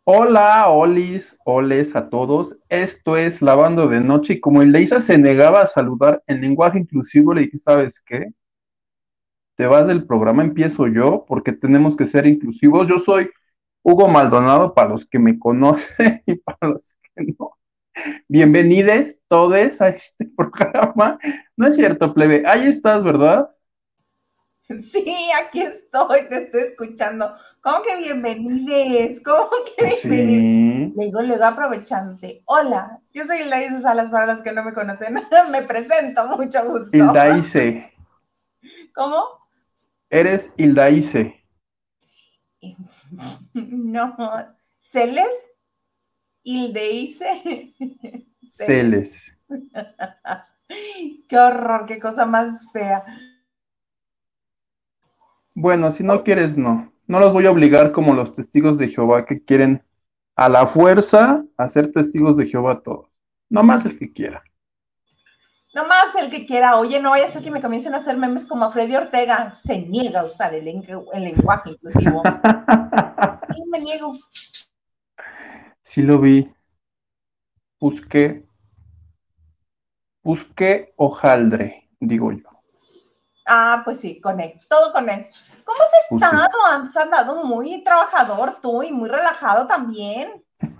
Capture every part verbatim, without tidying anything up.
Hola, olis, oles a todos. Esto es Lavando de Noche y como Leisa se negaba a saludar en lenguaje inclusivo, le dije, ¿sabes qué? Te vas del programa, empiezo yo porque tenemos que ser inclusivos. Yo soy Hugo Maldonado para los que me conocen y para los que no. Bienvenides todos a este programa. No es cierto, plebe. Ahí estás, ¿verdad? Sí, aquí estoy, te estoy escuchando. ¿Cómo que bienvenides? ¿Cómo Pues que bienvenides? sí. Le digo, luego aprovechándote. Hola, yo soy Laís Salas, para los que no me conocen. Me presento, mucho gusto. Hildaíse. ¿Cómo? Eres Hildaíse. No, Celes, Ildeice, Celes. Celes. Qué horror, qué cosa más fea. Bueno, si no quieres, no. No los voy a obligar como los testigos de Jehová que quieren a la fuerza hacer testigos de Jehová todos. No más el que quiera. Nomás el que quiera, oye, no vaya a ser que me comiencen a hacer memes como a Freddy Ortega. Se niega a usar el, el lenguaje inclusivo. Sí, me niego. Sí lo vi. Busqué, busqué hojaldre, digo yo. Ah, pues sí, con él, todo con él. ¿Cómo has Pues estado? sí. Has andado muy trabajador tú y muy relajado también.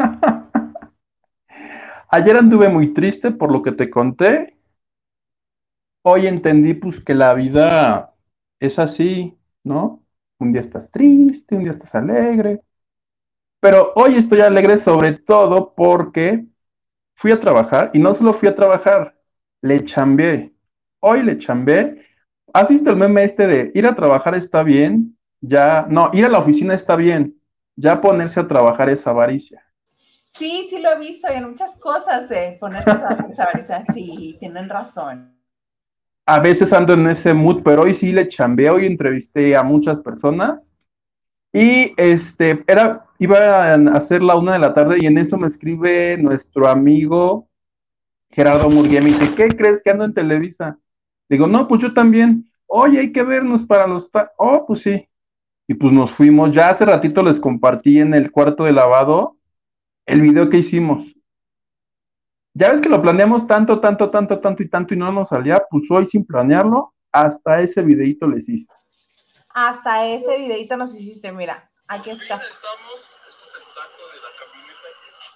Ayer anduve muy triste por lo que te conté. Hoy entendí pues que la vida es así, ¿no? Un día estás triste, un día estás alegre. Pero hoy estoy alegre sobre todo porque fui a trabajar y no solo fui a trabajar, le chambeé. Hoy le chambeé. ¿Has visto el meme este de ir a trabajar está bien? Ya, no, ir a la oficina está bien. Ya ponerse a trabajar es avaricia. Sí, sí lo he visto y en muchas cosas de ponerse a trabajar esa varita. Sí, tienen razón. A veces ando en ese mood, pero hoy sí le chambeé. Hoy entrevisté a muchas personas y este, era, iba a hacer la una de la tarde y en eso me escribe nuestro amigo Gerardo Murguía. Me dice, ¿qué crees que ando en Televisa? Digo, no, pues yo también. Oye, hay que vernos para los... ta-". Oh, pues sí. Y pues nos fuimos. Ya hace ratito les compartí en el cuarto de lavado el video que hicimos. Ya ves que lo planeamos tanto, tanto, tanto, tanto y tanto y no nos salía. Pues hoy sin planearlo, hasta ese videito les hice. Hasta ese videito nos hiciste, mira, aquí está. Bien, estamos. Este es el saco de la camioneta.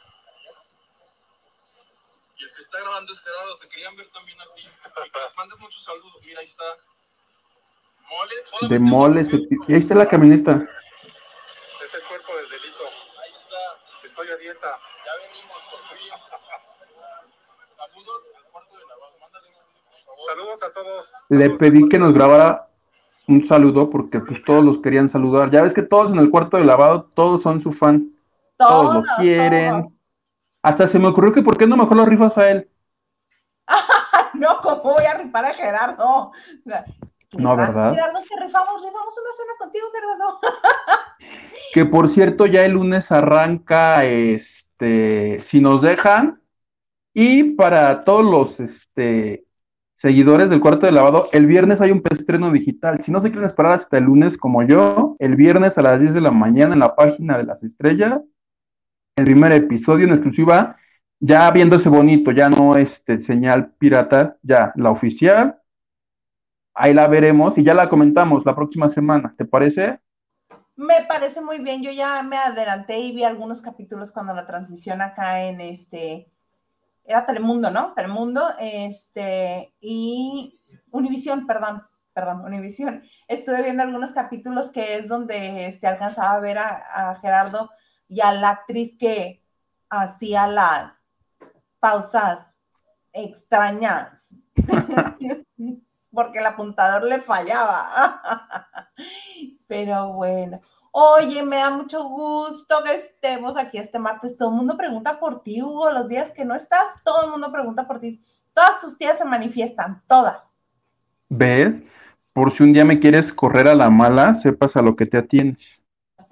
Y el que está grabando es Gerardo. Te querían ver también a ti. Y que les mandes muchos saludos. Mira, ahí está. Mole. De mole. Se... Y ahí está la camioneta. Es el cuerpo del delito. Ahí está. Estoy a dieta. Ya venimos por fin. Saludos al cuarto de lavado. Mándale un saludo, por favor. Saludos a todos. Le Saludos pedí que nos grabara un saludo porque pues todos los querían saludar. Ya ves que todos en el cuarto de lavado, todos son su fan. Todos Todos, lo quieren. todos. Hasta se me ocurrió que por qué no mejor lo rifas a él. No, ¿cómo voy a rifar a Gerardo? No, Gerardo, ¿verdad? Gerardo, te rifamos, rifamos una cena contigo, Gerardo. Que por cierto, ya el lunes arranca, este, si nos dejan, y para todos los este, seguidores del cuarto de lavado, el viernes hay un preestreno digital. Si no se quieren esperar hasta el lunes como yo, el viernes a las diez de la mañana en la página de las estrellas, el primer episodio en exclusiva, ya viéndose bonito, ya no este, señal pirata, ya la oficial, ahí la veremos y ya la comentamos la próxima semana, ¿te parece? Me parece muy bien, yo ya me adelanté y vi algunos capítulos cuando la transmisión acá en este, era Telemundo, ¿no? Telemundo, este, y Univisión, perdón, perdón, Univisión. Estuve viendo algunos capítulos que es donde este, alcanzaba a ver a, a Gerardo y a la actriz que hacía las pausas extrañas, porque el apuntador le fallaba. Pero bueno. Oye, me da mucho gusto que estemos aquí este martes. Todo el mundo pregunta por ti, Hugo. Los días que no estás, todo el mundo pregunta por ti. Todas tus tías se manifiestan, todas. ¿Ves? Por si un día me quieres correr a la mala, sepas a lo que te atienes.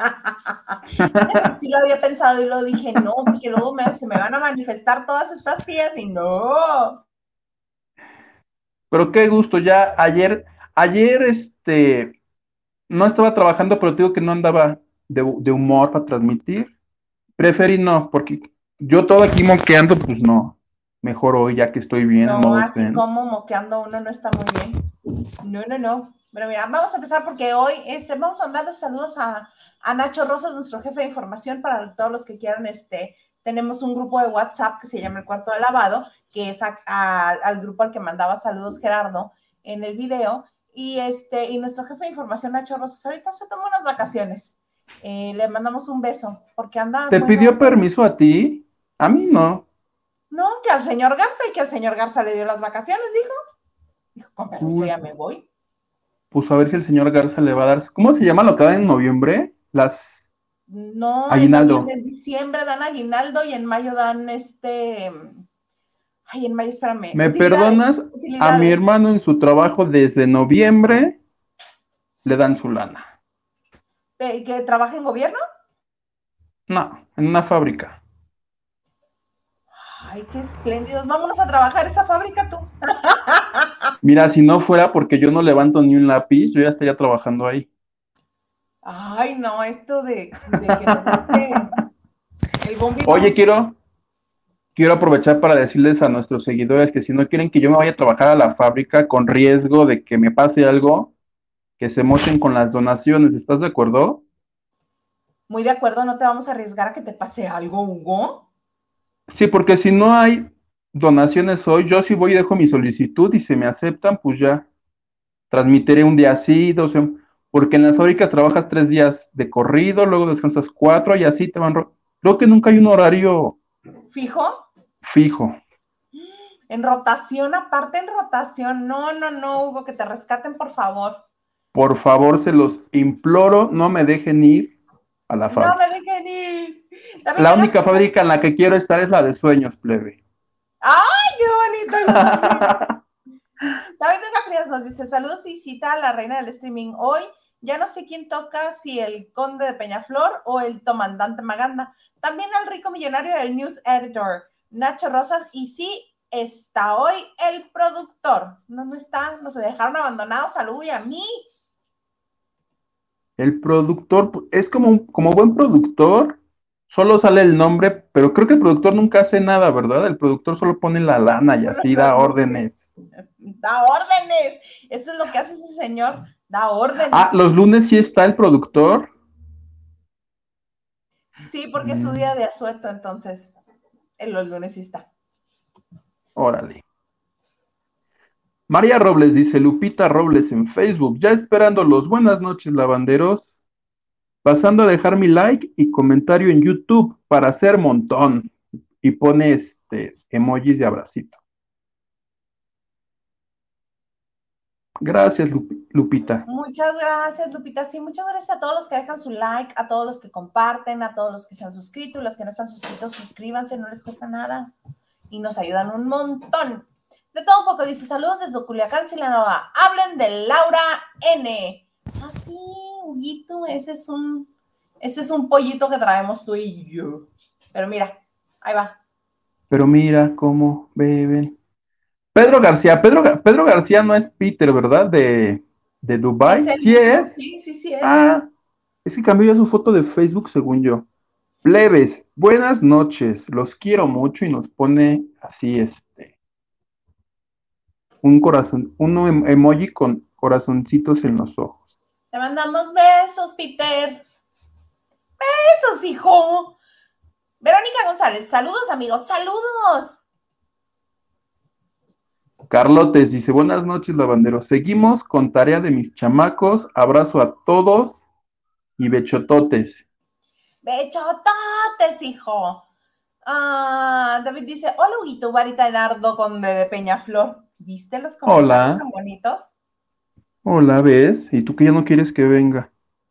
Sí lo había pensado y lo dije, no, porque luego me, se me van a manifestar todas estas tías y no. Pero qué gusto, ya ayer, ayer este, no estaba trabajando, pero te digo que no andaba de, de humor para transmitir. preferí no, porque yo todo aquí moqueando, pues no. Mejor hoy, ya que estoy bien, en No, modo así zen. como moqueando uno no está muy bien. No, no, no. Pero mira, vamos a empezar porque hoy este, vamos a darles saludos a, a Nacho Rosas, nuestro jefe de información, para todos los que quieran. Este, tenemos un grupo de WhatsApp que se llama El Cuarto de Lavado, que es a, a, al grupo al que mandaba saludos Gerardo en el video. Y, este, y nuestro jefe de información, Nacho Rosas, ahorita se tomó unas vacaciones. Eh, le mandamos un beso porque anda ¿Te muy pidió raro. permiso a ti? A mí no. No, que al señor Garza y que al señor Garza le dio las vacaciones, dijo. Dijo, con permiso Uy, ya me voy. pues a ver si el señor Garza le va a dar. ¿Cómo se llama lo que da en noviembre? Las No, en noviembre, aguinaldo. en diciembre dan aguinaldo y en mayo dan este. Ay, en mayo, espérame. ¿Me Utilidades. perdonas? A mi Utilidades. hermano en su trabajo desde noviembre le dan su lana. Eh, ¿Que trabaja en gobierno? No, en una fábrica. Ay, qué espléndidos. Vámonos a trabajar esa fábrica tú. Mira, si no fuera porque yo no levanto ni un lápiz, yo ya estaría trabajando ahí. Ay, no, esto de, de que nos diste el Oye, bombito. quiero, quiero aprovechar para decirles a nuestros seguidores que si no quieren que yo me vaya a trabajar a la fábrica con riesgo de que me pase algo, que se mochen con las donaciones. ¿Estás de acuerdo? Muy de acuerdo, no te vamos a arriesgar a que te pase algo, Hugo. Sí, porque si no hay donaciones hoy, yo sí voy y dejo mi solicitud y se me aceptan, pues ya transmitiré un día así, dos, en- porque en las fábricas trabajas tres días de corrido, luego descansas cuatro y así te van. ro- Creo que nunca hay un horario ¿Fijo? fijo. En rotación, aparte en rotación. No, no, no, Hugo, que te rescaten, por favor. Por favor, se los imploro, no me dejen ir a la No me fábrica. dejen ir. David La Vega única Frías. fábrica en la que quiero estar es la de sueños, plebe. ¡Ay, qué bonito! Yo también. David Vega Frías nos dice, saludos y cita a la reina del streaming. Hoy ya no sé quién toca, si el conde de Peñaflor o el comandante Maganda. También al rico millonario del news editor, Nacho Rosas. Y sí, está hoy el productor. No, no está, nos dejaron abandonados. Salud y a mí. El productor pu- es como, un- como buen productor, solo sale el nombre, pero creo que el productor nunca hace nada, ¿verdad? El productor solo pone la lana y Solo así las da luces. órdenes. Da órdenes. Eso es lo que hace ese señor. Da Ah, órdenes. los lunes sí está el productor. Sí, porque es su Mm, día de asueto, entonces, en los lunes sí está. órale. María Robles dice, Lupita Robles en Facebook, ya esperando los buenas noches, lavanderos, pasando a dejar mi like y comentario en YouTube para hacer montón. Y pone este emojis de abracito. Gracias, Lupi- Lupita. Muchas gracias, Lupita. Sí, muchas gracias a todos los que dejan su like, a todos los que comparten, a todos los que se han suscrito y los que no están suscritos, suscríbanse, no les cuesta nada y nos ayudan un montón. De todo un poco, dice, saludos desde Culiacán, Sinaloa. Hablen de Laura N. Ah, sí, Huguito, ese es un, ese es un pollito que traemos tú y yo. Pero mira, ahí va. Pero mira cómo beben. Pedro García, Pedro, Ga- Pedro García no es Peter, ¿verdad? De, de Es Dubai. el Sí mismo, es. sí, sí, sí es. Ah, es que cambió ya su foto de Facebook, según yo. Plebes, buenas noches. Los quiero mucho y nos pone así, este, un corazón, un em- emoji con corazoncitos en los ojos. Te mandamos besos, Peter. Besos, hijo. Verónica González, saludos, amigos, saludos. Carlotes dice, buenas noches, lavanderos. Seguimos con tarea de mis chamacos. Abrazo a todos y bechototes. Bechototes, hijo. Ah, David dice, hola, Huguito, varita Nardo con de Peñaflor. ¿Viste los comentarios Hola, tan bonitos? hola, ¿ves? ¿Y tú que ya no quieres que venga?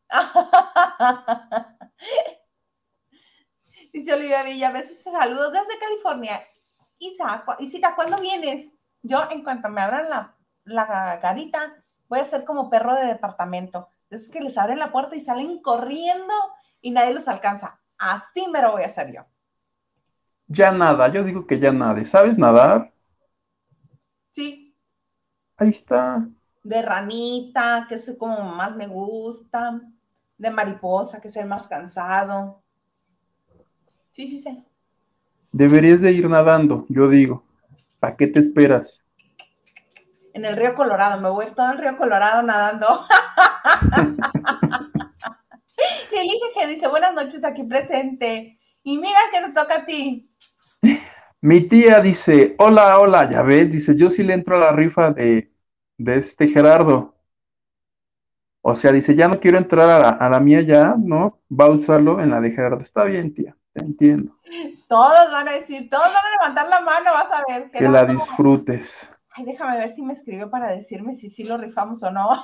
Dice Olivia Villa, besos y saludos desde California. Isa, cu- Isita, ¿cuándo vienes? Yo, en cuanto me abran la, la carita, voy a ser como perro de departamento. De esos que les abren la puerta y salen corriendo y nadie los alcanza. Así me lo voy a hacer yo. Ya nada, yo digo que ya nade. ¿Sabes nadar? Sí, Ahí está. de ranita, que es como más me gusta, de mariposa, que es el más cansado. Sí, sí, sí. Deberías de ir nadando, yo digo. ¿Para qué te esperas? En el río Colorado, me voy todo el río Colorado nadando. Y el que dice, buenas noches, aquí presente. Y mira que te toca a ti. Mi tía dice, hola, hola, ya ves, dice, yo sí le entro a la rifa de, de este Gerardo. O sea, dice, ya no quiero entrar a la, a la mía ya, ¿no? Va a usarlo en la de Gerardo. Está bien, tía, te entiendo. Todos van a decir, todos van a levantar la mano, vas a ver, Que la Gerardo. disfrutes. Ay, déjame ver si me escribió para decirme si sí lo rifamos o no.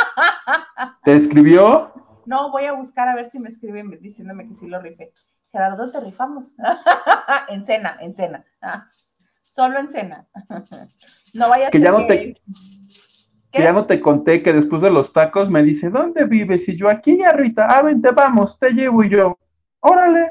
¿Te escribió? No, voy a buscar a ver si me escribe diciéndome que sí lo rifé. Gerardo, te rifamos. En cena, en cena. Solo en cena. No vaya a Que ser ya no que... te, que ya ¿Qué? no te conté que después de los tacos me dice, ¿dónde vives? Y yo, aquí, Rita, ah, vente, vamos, te llevo. Y yo, órale.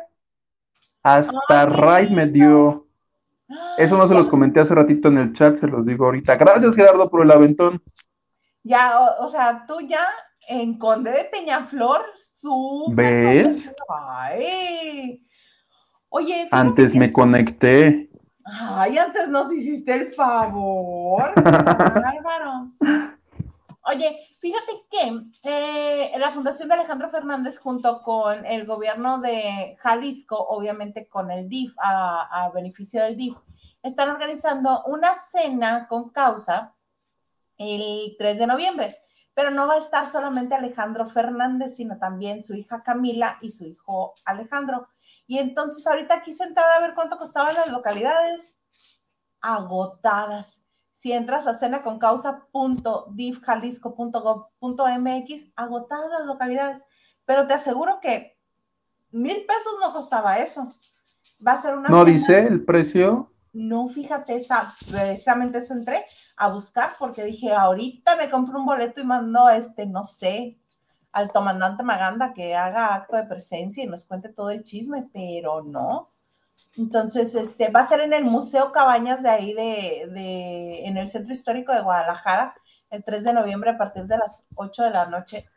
Ay, Hasta qué Raid me lindo. dio. Eso no se los comenté hace ratito en el chat, se los digo ahorita. Gracias, Gerardo, por el aventón. Ya, o, o sea, tú ya en Conde de Peñaflor, súper ¿Ves? contento. Ay. Oye, fíjate Antes que me es... conecté. Ay, antes nos hiciste el favor. Qué bárbaro. Oye, fíjate que eh, la Fundación de Alejandro Fernández junto con el gobierno de Jalisco, obviamente con el D I F, a, a beneficio del D I F, están organizando una cena con causa el tres de noviembre, pero no va a estar solamente Alejandro Fernández, sino también su hija Camila y su hijo Alejandro. Y entonces ahorita quise entrar a ver cuánto costaban las localidades, agotadas. Si entras a cena con causa punto dif jalisco punto gov punto mx, agotadas las localidades. Pero te aseguro que mil pesos no costaba eso. Va a ser una ¿No cena. dice el precio? No, fíjate, esta, precisamente eso entré a buscar porque dije, ahorita me compro un boleto y mando, este, no sé, al comandante Maganda que haga acto de presencia y nos cuente todo el chisme, pero no. Entonces, este, va a ser en el Museo Cabañas de ahí, de, de, en el Centro Histórico de Guadalajara, el tres de noviembre a partir de las ocho de la noche.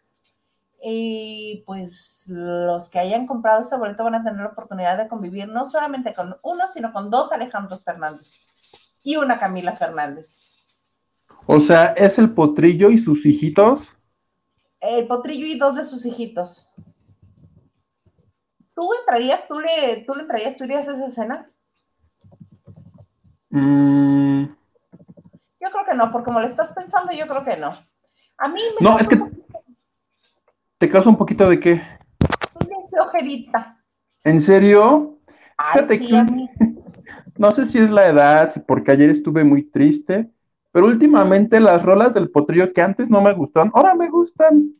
Y pues los que hayan comprado este boleto van a tener la oportunidad de convivir no solamente con uno, sino con dos Alejandros Fernández y una Camila Fernández. O sea, ¿es el potrillo y sus hijitos? El potrillo y dos de sus hijitos. ¿Tú entrarías, tú le, tú le entrarías, tú irías a esa escena? Mm, Yo creo que no, porque como le estás pensando, yo creo que no. A mí me no, es causa un que poquito te causa un poquito de qué. de flojerita. ¿En serio? Ay, Fíjate sí, que a mí. no sé si es la edad, si porque ayer estuve muy triste, pero últimamente las rolas del potrillo que antes no me gustaban, ahora me gustan.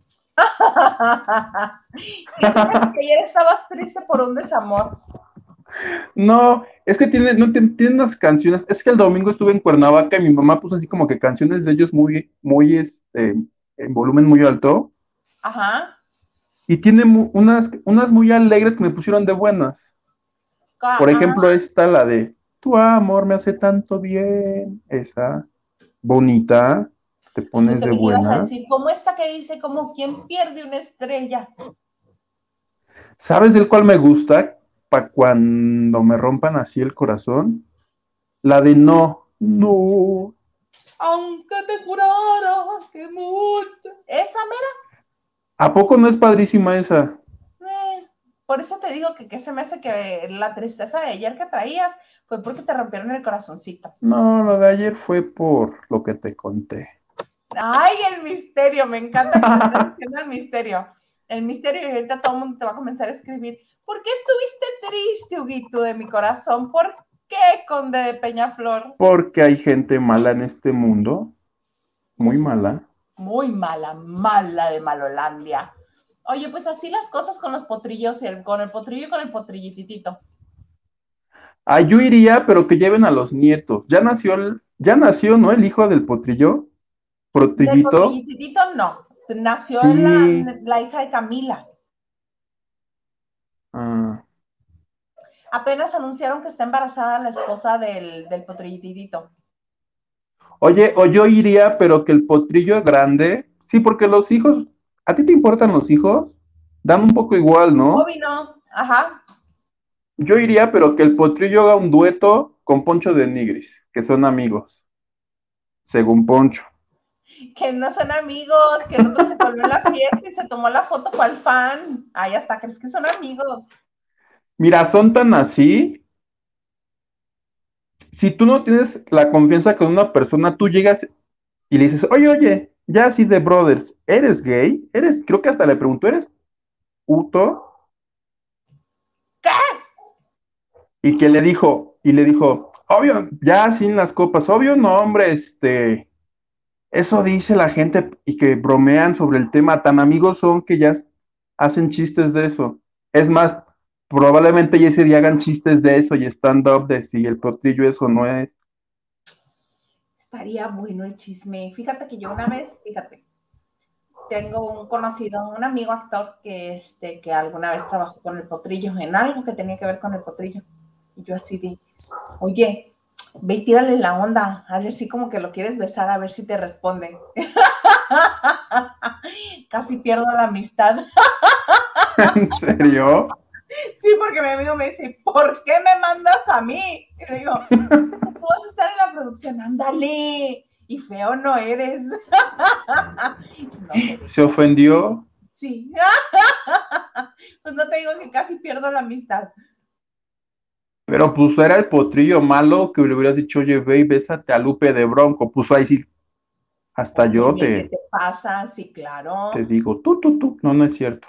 Y se me hace que ayer estabas triste por un desamor. No, es que tiene, no, tiene, tiene unas canciones, es que el domingo estuve en Cuernavaca y mi mamá puso así como que canciones de ellos muy, muy, este, en volumen muy alto, Ajá. y tiene mu- unas, unas muy alegres que me pusieron de buenas. Por Ah, ejemplo, esta, la de Tu amor me hace tanto bien, esa, bonita, te yo pones de creí que ibas a buenas. decir, como esta que dice, como quien pierde una estrella. ¿Sabes del cual me gusta? Para cuando me rompan así el corazón. La de no, no. Aunque te jurara que mucho. Esa ¿A poco no es padrísima esa? mera. Eh, por eso te digo que, que se me hace que la tristeza de ayer que traías fue porque te rompieron el corazoncito. No, lo de ayer fue por lo que te conté. Ay, el misterio, me encanta que le estés diciendo el misterio. El misterio, y ahorita todo el mundo te va a comenzar a escribir. ¿Por qué estuviste triste, Huguito, de mi corazón? ¿Por qué, Conde de Peñaflor? Porque hay gente mala en este mundo, muy mala. Muy mala, mala de Malolandia. Oye, pues así las cosas con los potrillos, y el, con el potrillo y con el potrillititito. Ah, yo iría, pero que lleven a los nietos. Ya nació, el, ya nació, ¿no? El hijo del potrillo, Del potrillito. potrillititito, no. Nació la, Sí. la hija de Camila. Ah. Apenas anunciaron que está embarazada la esposa del, del potrillititito. Oye, o yo iría, pero que el potrillo grande, sí, porque los hijos, ¿a ti te importan los hijos? Dan un poco igual, ¿no? Bobby no, ajá. Yo iría, pero que el Potrillo haga un dueto con Poncho de Nigris, que son amigos, según Poncho. Que no son amigos, que el otro se coló en la fiesta y se tomó la foto con el fan. Ay, hasta crees que son amigos. Mira, son tan así. Si tú no tienes la confianza con una persona, tú llegas y le dices, oye, oye, ya así de brothers, ¿eres gay? ¿Eres? Creo que hasta le preguntó, ¿eres puto? ¿Qué? Y que le dijo, y le dijo, obvio, ya sin las copas, obvio, no, hombre, este, eso dice la gente y que bromean sobre el tema, tan amigos son que ya hacen chistes de eso. Es más, probablemente ya ese día hagan chistes de eso y stand-up de si el potrillo eso no es. Estaría bueno el chisme. Fíjate que yo una vez, fíjate, tengo un conocido, un amigo actor que, este, que alguna vez trabajó con el potrillo, en algo que tenía que ver con el potrillo. Y yo así de, oye, ve y tírale la onda, hazle así como que lo quieres besar a ver si te responde. Casi pierdo la amistad. ¿En serio? Sí, porque mi amigo me dice, ¿por qué me mandas a mí? Y le digo, pues como tú vas a estar en la producción, ándale. Y feo no eres. No se ¿Se dejó. ofendió? Sí. Pues no te digo que casi pierdo la amistad. Pero pues era el potrillo malo que le hubieras dicho, oye, ve y bésate a Lupe de Bronco. Pues ahí sí, hasta yo Óyeme, ¿qué te, te pasa? Sí, te claro. digo, tú, tú, tú. No, no es cierto.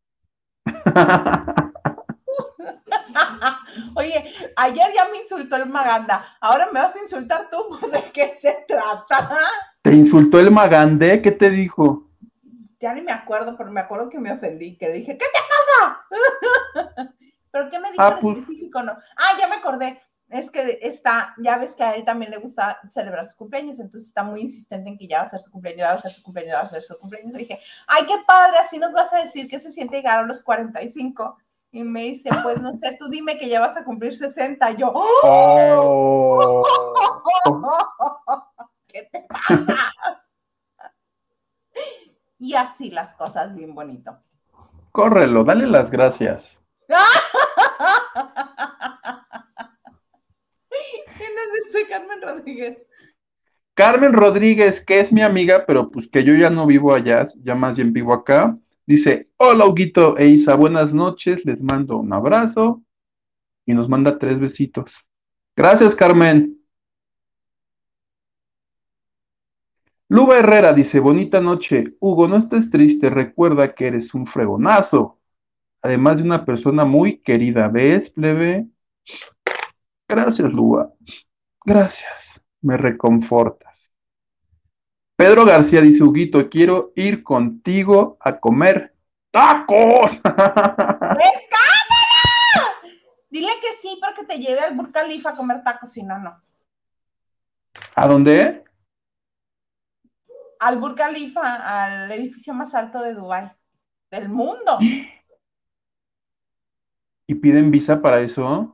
Oye, ayer ya me insultó el Maganda. Ahora me vas a insultar tú. Pues, ¿de qué se trata? ¿Te insultó el Magandé? ¿Qué te dijo? Ya ni me acuerdo, pero me acuerdo que me ofendí, que le dije, ¿qué te pasa? ¿Pero qué me dijo en Ah, pues, específico? No. Ah, ya me acordé. Es que está, ya ves que a él también le gusta celebrar su cumpleaños, entonces está muy insistente en que ya va a ser su cumpleaños, ya va a ser su cumpleaños, ya va a ser su cumpleaños. Y dije, ay, qué padre, así nos vas a decir que se siente llegar a los cuarenta y cinco. Y me dice, pues no sé, tú dime que ya vas a cumplir sesenta. Y yo, oh. ¿qué te pasa? Y así las cosas, bien bonito. Córrelo, dale las gracias. ¿Quién es ese Carmen Rodríguez? Carmen Rodríguez, que es mi amiga, pero pues que yo ya no vivo allá, ya más bien vivo acá, dice, hola Huguito e Isa, buenas noches, les mando un abrazo y nos manda tres besitos. Gracias, Carmen. Luba Herrera dice, bonita noche. Hugo, no estés triste, recuerda que eres un fregonazo, además de una persona muy querida. ¿Ves, plebe? Gracias, Luba. Gracias. Me reconfortas. Pedro García dice, Huguito, quiero ir contigo a comer tacos. Dile que sí, para que te lleve al Burj Khalifa a comer tacos, si no, no. ¿A dónde? Al Burj Khalifa, al edificio más alto de Dubái, del mundo. ¿Y piden visa para eso?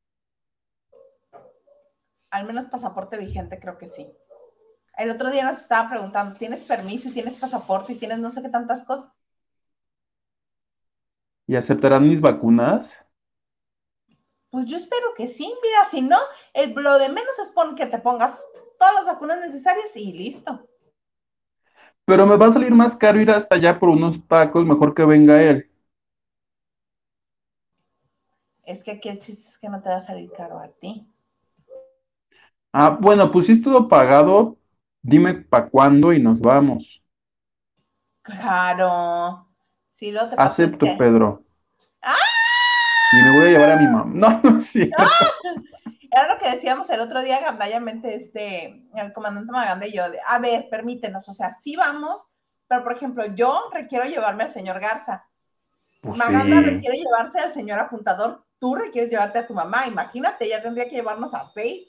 Al menos pasaporte vigente, creo que sí. El otro día nos estaba preguntando, ¿tienes permiso y tienes pasaporte y tienes no sé qué tantas cosas? ¿Y aceptarán mis vacunas? Pues yo espero que sí, mira, si no, el, lo de menos es pon que te pongas todas las vacunas necesarias y listo. Pero me va a salir más caro ir hasta allá por unos tacos, mejor que venga él. Es que aquí el chiste es que no te va a salir caro a ti. Ah, bueno, pues si es todo pagado, dime para cuándo y nos vamos. Claro. Sí, lo te paso Acepto, este. Pedro. ¡Ah! Y me voy a llevar a mi mamá. No, no es cierto. Era lo que decíamos el otro día, gandallamente, este, el comandante Maganda y yo, de, a ver, permítenos, o sea, sí vamos, pero por ejemplo, yo requiero llevarme al señor Garza, Pues Maganda sí. requiere llevarse al señor apuntador, tú requieres llevarte a tu mamá, imagínate, ya tendría que llevarnos a seis.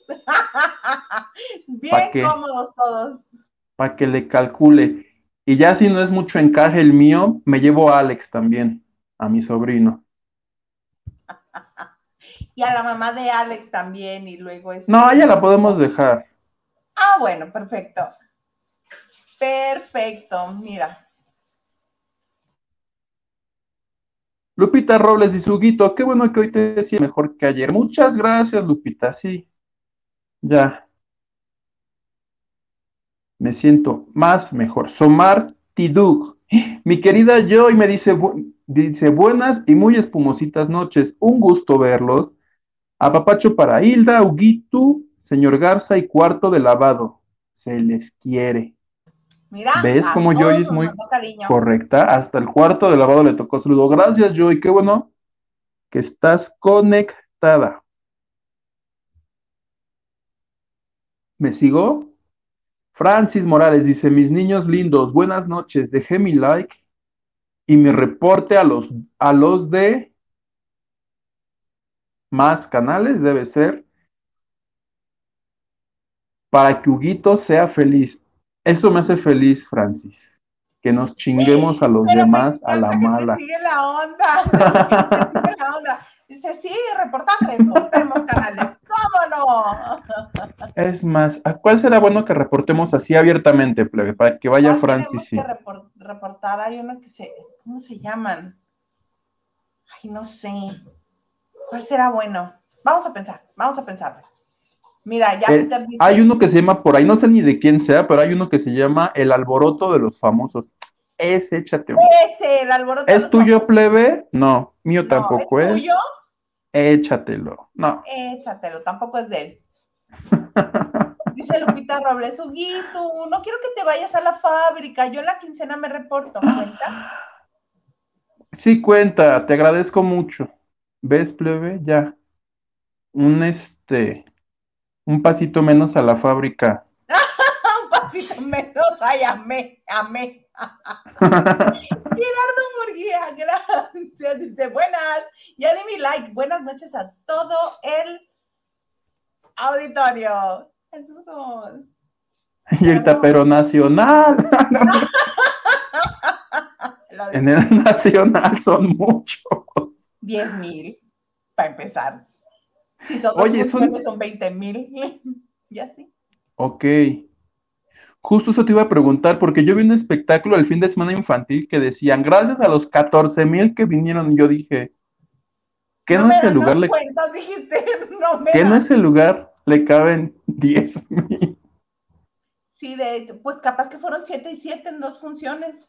¿Para Bien qué? cómodos todos. Para que le calcule. Y ya si no es mucho encaje el mío, me llevo a Alex también, a mi sobrino. Y a la mamá de Alex también, y luego No, este... ya la podemos dejar. Ah, bueno, perfecto. Perfecto, mira. Lupita Robles dice, Huguito, qué bueno que hoy te decía mejor que ayer. Muchas gracias, Lupita, sí, ya, me siento más mejor. Somar Tidug, mi querida Joy me dice, bu- dice, buenas y muy espumositas noches, un gusto verlos. Apapacho para Hilda, Huguito, señor Garza y cuarto de lavado. Se les quiere. Mira, ¿Ves a cómo Joy todos es nos muy mandó cariño. correcta? Hasta el cuarto de lavado le tocó saludo. Gracias, Joy, qué bueno que estás conectada. ¿Me sigo? Francis Morales dice, mis niños lindos, buenas noches, dejé mi like y mi reporte a los, a los de más canales, debe ser, para que Huguito sea feliz. Eso me hace feliz, Francis, que nos chinguemos a los Pero me demás a la encanta que te mala. sigue la onda, que te sigue la onda. Dice, sí, reportar, reportemos canales. ¿Cómo no? Es más, ¿a cuál será bueno que reportemos así abiertamente, plebe? Para que vaya ¿Cuál Francis, tenemos que sí. repor- reportar? Hay uno que se, ¿cómo se llaman? Ay, no sé. ¿Cuál será bueno? Vamos a pensar, vamos a pensar. Mira, ya Eh, Peter hay dice, uno que se llama, por ahí no sé ni de quién sea, pero hay uno que se llama El Alboroto de los Famosos. Ese, échate uno. ese, el alboroto de ¿Es los tuyo, famosos. plebe? No, mío No, ¿es tampoco tuyo? es. Échatelo. No. Échatelo, tampoco es de él. Dice Lupita Robles, Huguito, no quiero que te vayas a la fábrica, yo en la quincena me reporto, ¿cuenta? Sí, cuenta, te agradezco mucho. ¿Ves, plebe? Ya. Un este, un pasito menos a la fábrica. Un pasito menos, ay, amé, amé. Gerardo Murguía, gracias, dice, buenas, ya di mi like, buenas noches a todo el auditorio. Saludos. Y ahorita, pero nacional. En el nacional son muchos. diez mil, para empezar. Si son dos Oye, funciones, son. son veinte mil. Ya sí. Ok. Justo eso te iba a preguntar, porque yo vi un espectáculo el fin de semana infantil que decían, gracias a los catorce mil que vinieron, y yo dije, ¿qué No no me es el dan lugar las le, cuentas, dijiste, no me qué no dan. es el lugar le caben diez mil? Sí, de, pues capaz que fueron siete y siete en dos funciones.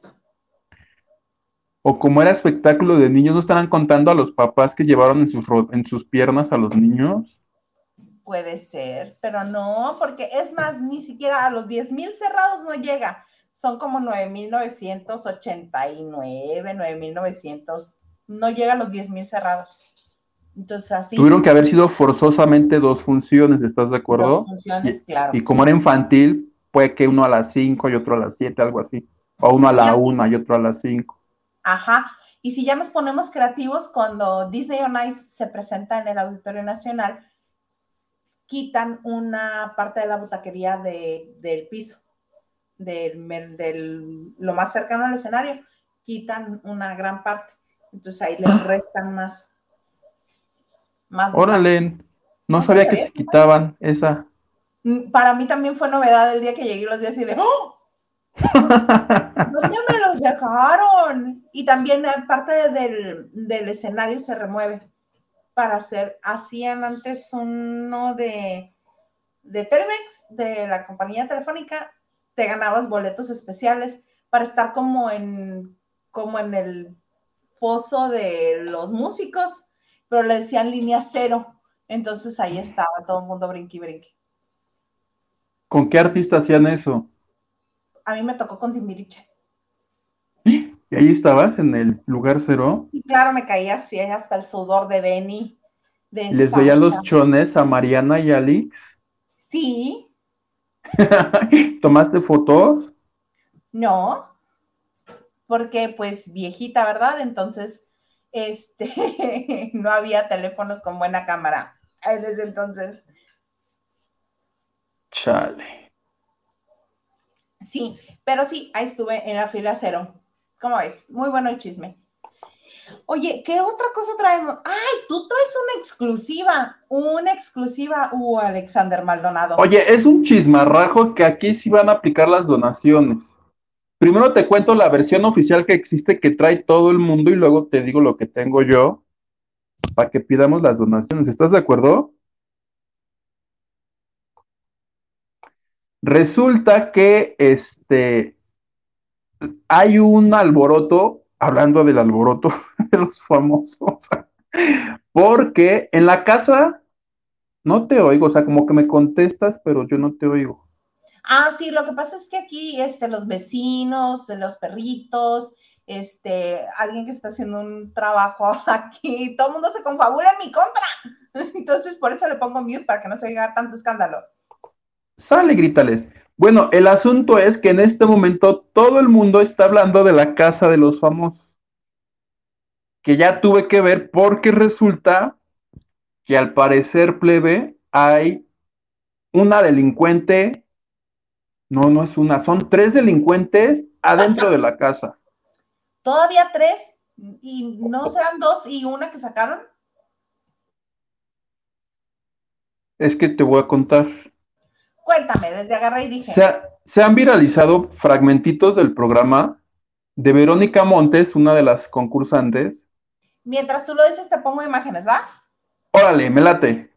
O como era espectáculo de niños, ¿no estarán contando a los papás que llevaron en sus, ro- en sus piernas a los niños? Puede ser, pero no, porque es más, ni siquiera a los diez mil cerrados no llega. Son como nueve mil novecientos ochenta y nueve, nueve mil novecientos, no llega a los diez mil cerrados. Entonces, así, Tuvieron que haber sido forzosamente dos funciones, ¿estás de dos acuerdo? funciones, Y, claro y que como sí. era infantil, puede que uno a las cinco y otro a las siete, algo así. O uno a Y la así, una y otro a las cinco. ajá. Y si ya nos ponemos creativos, cuando Disney on Ice se presenta en el Auditorio Nacional, quitan una parte de la butaquería de, del piso, del, del, lo más cercano al escenario, quitan una gran parte. Entonces ahí le restan más, más butacas. Órale, no No, pues sabía se que ve se así, bueno. quitaban esa. Para mí también fue novedad el día que llegué y los vi así de ¡oh! ¿Dónde me los dejaron? Y también parte del, del escenario se remueve para hacer, hacían antes uno de, de Telmex, de la compañía telefónica, te ganabas boletos especiales para estar como en, como en el foso de los músicos, pero le decían línea cero. Entonces ahí estaba todo el mundo brinqui brinqui. ¿Con qué artista hacían eso? A mí me tocó con Timbiriche. ¿Y ahí estabas en el lugar cero? Y claro, me caía así hasta el sudor de Benny, de Les veía los Sasha. chones a Mariana y a Alix. Sí, ¿Tomaste fotos? no, porque pues viejita, ¿verdad? Entonces, este, no había teléfonos con buena cámara en ese entonces. Chale. Sí, pero sí, ahí estuve en la fila cero. ¿Cómo ves? Muy bueno el chisme. Oye, ¿qué otra cosa traemos? ¡Ay, tú traes una exclusiva! Una exclusiva, uh, Alexander Maldonado. Oye, es un chismarrajo que aquí sí van a aplicar las donaciones. primero te cuento la versión oficial que existe que trae todo el mundo y luego te digo lo que tengo yo para que pidamos las donaciones. ¿Estás de acuerdo? Resulta que este hay un alboroto, hablando del alboroto de los famosos, porque en la casa no te oigo, o sea, como que me contestas, pero yo no te oigo. Ah, sí, lo que pasa es que aquí este, los vecinos, los perritos, este, alguien que está haciendo un trabajo aquí, todo el mundo se confabula en mi contra. Entonces, por eso le pongo mute para que no se oiga tanto escándalo. Sale, grítales. Bueno, el asunto es que en este momento todo el mundo está hablando de la casa de los famosos, que ya tuve que ver porque resulta que al parecer, plebe, hay una delincuente, no, no es una, son tres delincuentes adentro de la casa. ¿Todavía tres? ¿Y no serán dos y una que sacaron? Es que te voy a contar. Cuéntame, desde agarré y dije. Se, ha, se han viralizado fragmentitos del programa de Verónica Montes, una de las concursantes. Mientras tú lo dices, te pongo imágenes, ¿va? Órale, me late.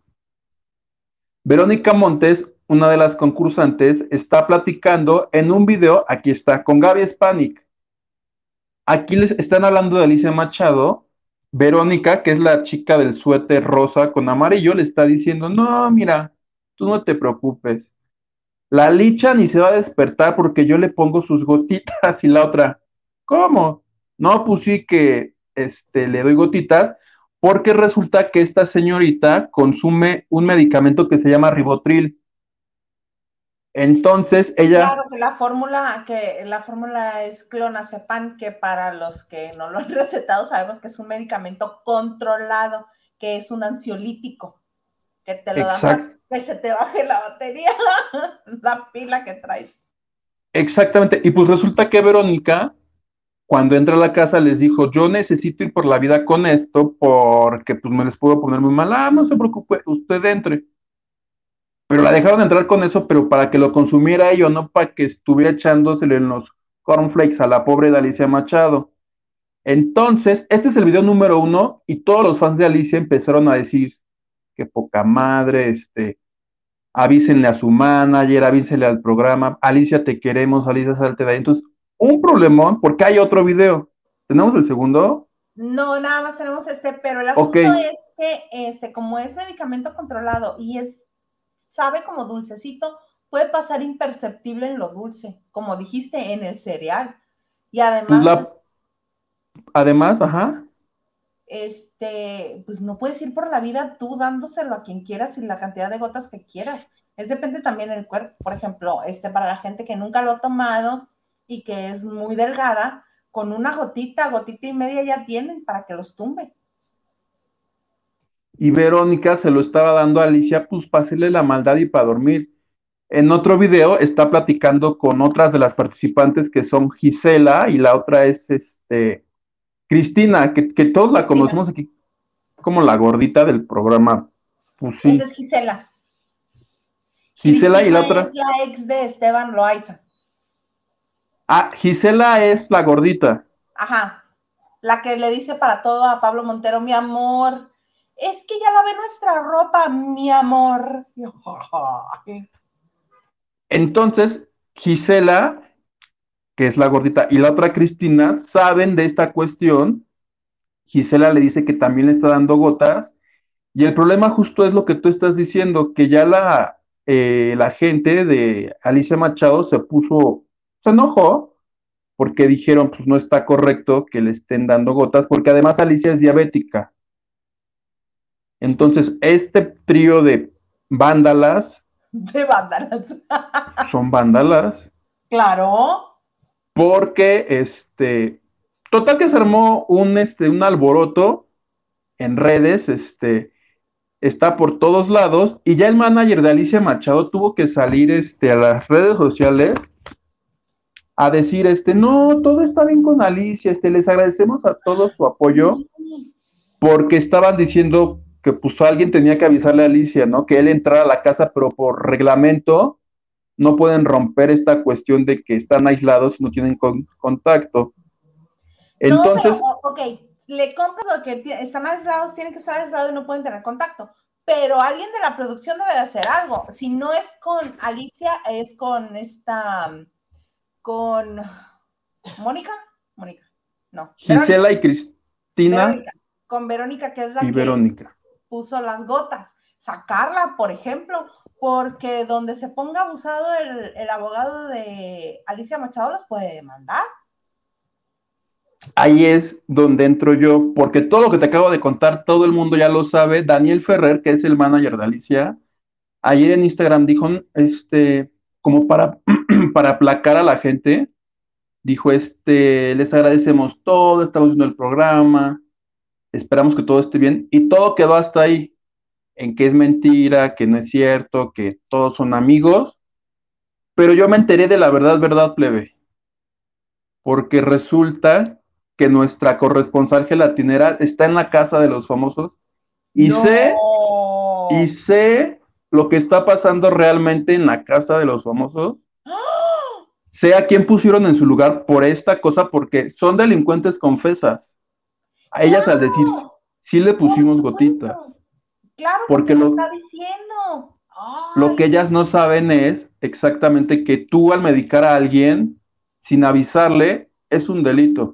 Verónica Montes, una de las concursantes, está platicando en un video, aquí está, con Gaby Spanik. Aquí les están hablando de Alicia Machado. Verónica, que es la chica del suéter rosa con amarillo, le está diciendo, no, mira, tú no te preocupes. La Licha ni se va a despertar porque yo le pongo sus gotitas y la otra, ¿cómo? No, pues sí que este, le doy gotitas porque resulta que esta señorita consume un medicamento que se llama Ribotril. Entonces ella... Claro que la fórmula, que la fórmula es clonazepam, que para los que no lo han recetado sabemos que es un medicamento controlado, que es un ansiolítico, que te lo dan para que se te baje la batería, la pila que traes. Exactamente, y pues resulta que Verónica, cuando entra a la casa, les dijo, yo necesito ir por la vida con esto porque pues me les puedo poner muy mal. Ah, no se preocupe, usted entre. Pero la dejaron entrar con eso, pero para que lo consumiera ello, no para que estuviera echándosele en los cornflakes a la pobre de Alicia Machado. Entonces, este es el video número uno y todos los fans de Alicia empezaron a decir que poca madre, este, avísenle a su manager, avísenle al programa, Alicia te queremos, Alicia salte de ahí. Entonces, un problemón, porque hay otro video. ¿Tenemos el segundo? No, nada más tenemos este, pero el asunto okay. es que este, como es medicamento controlado y es, sabe como dulcecito, puede pasar imperceptible en lo dulce, como dijiste, en el cereal. Y además... Pues la... es, además, ajá. Este, pues no puedes ir por la vida tú dándoselo a quien quieras y la cantidad de gotas que quieras. Es depende también del cuerpo. Por ejemplo, este, para la gente que nunca lo ha tomado y que es muy delgada, con una gotita, gotita y media ya tienen para que los tumbe. Y Verónica se lo estaba dando a Alicia, pues para hacerle la maldad y para dormir. En otro video está platicando con otras de las participantes que son Gisela y la otra es este Cristina, que, que todos Cristina. La conocemos aquí como la gordita del programa. Pues sí. Esa es Gisela. Gisela Cristina y la otra. Es la ex de Esteban Loaiza. Ah, Gisela es la gordita. Ajá. La que le dice para todo a Pablo Montero, mi amor, es que ya lavé nuestra ropa, mi amor. Entonces, Gisela, que es la gordita, y la otra Cristina, saben de esta cuestión. Gisela le dice que también le está dando gotas. Y el problema justo es lo que tú estás diciendo, que ya la, eh, la gente de Alicia Machado se puso, se enojó, porque dijeron, pues no está correcto que le estén dando gotas, porque además Alicia es diabética. Entonces, este trío de vándalas. De vándalas. Son vándalas. Claro. Porque, este, total que se armó un, este, un alboroto en redes, este, está por todos lados, y ya el manager de Alicia Machado tuvo que salir, este, a las redes sociales a decir, este, no, todo está bien con Alicia, este, les agradecemos a todos su apoyo, porque estaban diciendo que pues alguien tenía que avisarle a Alicia, ¿no? Que él entrara a la casa, pero por reglamento no pueden romper esta cuestión de que están aislados y no tienen con, contacto. Entonces, no, pero, ok, le compro lo que t- están aislados, tienen que estar aislados y no pueden tener contacto, pero alguien de la producción debe de hacer algo. Si no es con Alicia, es con esta, con Mónica, Mónica, no, Gisela Verónica, y Cristina Verónica, con Verónica, que es la y que Verónica. puso las gotas, sacarla, por ejemplo, porque donde se ponga abusado el, el abogado de Alicia Machado los puede demandar. Ahí es donde entro yo, porque todo lo que te acabo de contar, todo el mundo ya lo sabe. Daniel Ferrer, que es el manager de Alicia, ayer en Instagram dijo, este, como para, para aplacar a la gente, dijo, este, les agradecemos todo, estamos viendo el programa, esperamos que todo esté bien, y todo quedó hasta ahí, en que es mentira, que no es cierto, que todos son amigos, pero yo me enteré de la verdad, verdad, plebe, porque resulta que nuestra corresponsal gelatinera está en la casa de los famosos, y sé, y No. sé lo que está pasando realmente en la casa de los famosos, sé a quién pusieron en su lugar por esta cosa, porque son delincuentes confesas. A ellas al decir, Claro, sí le por pusimos gotitas, supuesto. Claro, porque porque lo lo, está diciendo. lo que Ay, ellas no saben es exactamente que tú al medicar a alguien sin avisarle es un delito.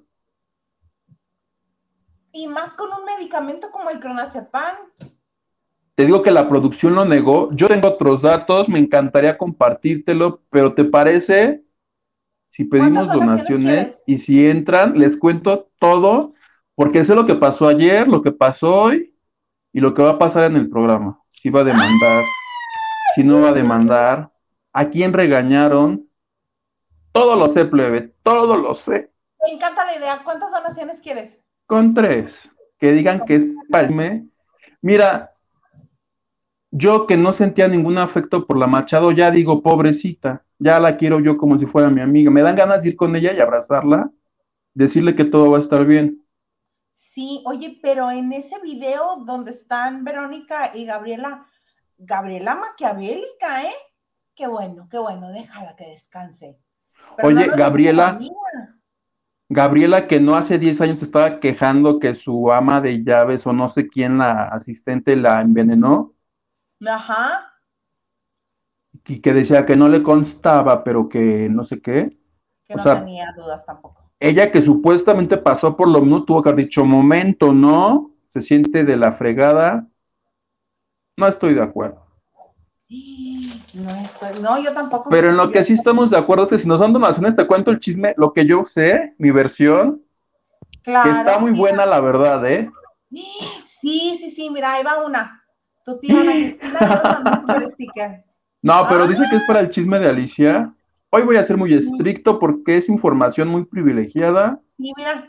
y más con un medicamento como el clonazepam. Te digo que la producción lo negó, yo tengo otros datos, me encantaría compartírtelo, pero ¿te parece si ¿Cuántas pedimos donaciones donaciones quieres? y si entran, les cuento todo, porque sé lo que pasó ayer, lo que pasó hoy y lo que va a pasar en el programa? Si va a demandar, si no va a demandar, a quién regañaron, todo lo sé, plebe, todo lo sé. Me encanta la idea. ¿Cuántas donaciones quieres? Con tres, que digan que ¿Cómo es cuántas donaciones? palme. Mira, yo que no sentía ningún afecto por la Machado, ya digo, pobrecita, ya la quiero yo como si fuera mi amiga. Me dan ganas de ir con ella y abrazarla, decirle que todo va a estar bien. Sí, oye, pero en ese video donde están Verónica y Gabriela, Gabriela maquiavélica, ¿eh? Qué bueno, qué bueno, déjala que descanse. Pero no Oye, lo dice como Gabriela, amiga. Gabriela que no hace diez años estaba quejando que su ama de llaves o no sé quién, la asistente, la envenenó Ajá, y que decía que no le constaba, pero que no sé qué. que O no sea, tenía dudas tampoco. ella que supuestamente pasó por lo mismo tuvo que haber dicho, momento, ¿no? Se siente de la fregada. No estoy de acuerdo. No estoy, no, yo tampoco. Pero en lo Yo, que sí estamos de acuerdo es que si nos dan donaciones, te cuento el chisme, lo que yo sé, mi versión, que está claro, muy mira. buena la verdad, ¿eh? Sí, sí, sí, mira, ahí va una. Tu tía Ana Cristina ya nos mandó un super sticker. No, pero Ah, dice que es para el chisme de Alicia. Hoy voy a ser muy estricto porque es información muy privilegiada. sí, mira.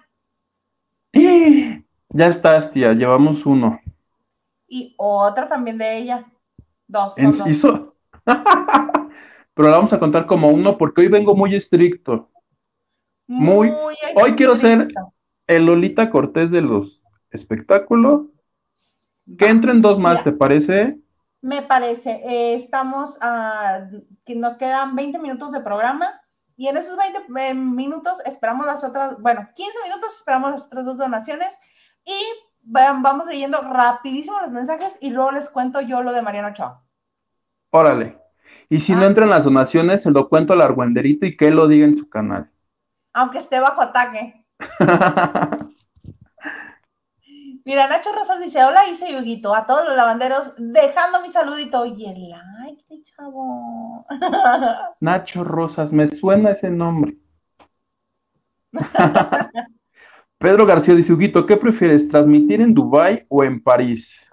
Ya estás, tía, llevamos uno. Y otra también de ella. Dos, son dos. Enciso. Pero la vamos a contar como uno porque hoy vengo muy estricto. Muy. Muy Hoy quiero ser estricto. el Lolita Cortés de los espectáculos. Que Va. entren dos más, Mira, ¿te parece? me parece, eh, estamos a, que nos quedan veinte minutos de programa y en esos veinte eh, minutos esperamos las otras, bueno, quince minutos esperamos las otras dos donaciones y vamos leyendo rapidísimo los mensajes y luego les cuento yo lo de Mariana Ochoa. Órale. Y si no ¿Ah? entran las donaciones, se lo cuento al argüenderito y que él lo diga en su canal. Aunque esté bajo ataque. Mira, Nacho Rosas dice, hola, hice Yuguito, a todos los lavanderos, dejando mi saludito y el like, mi chavo. Nacho Rosas, me suena ese nombre. Pedro García dice, Huguito, ¿qué prefieres, transmitir en Dubái o en París?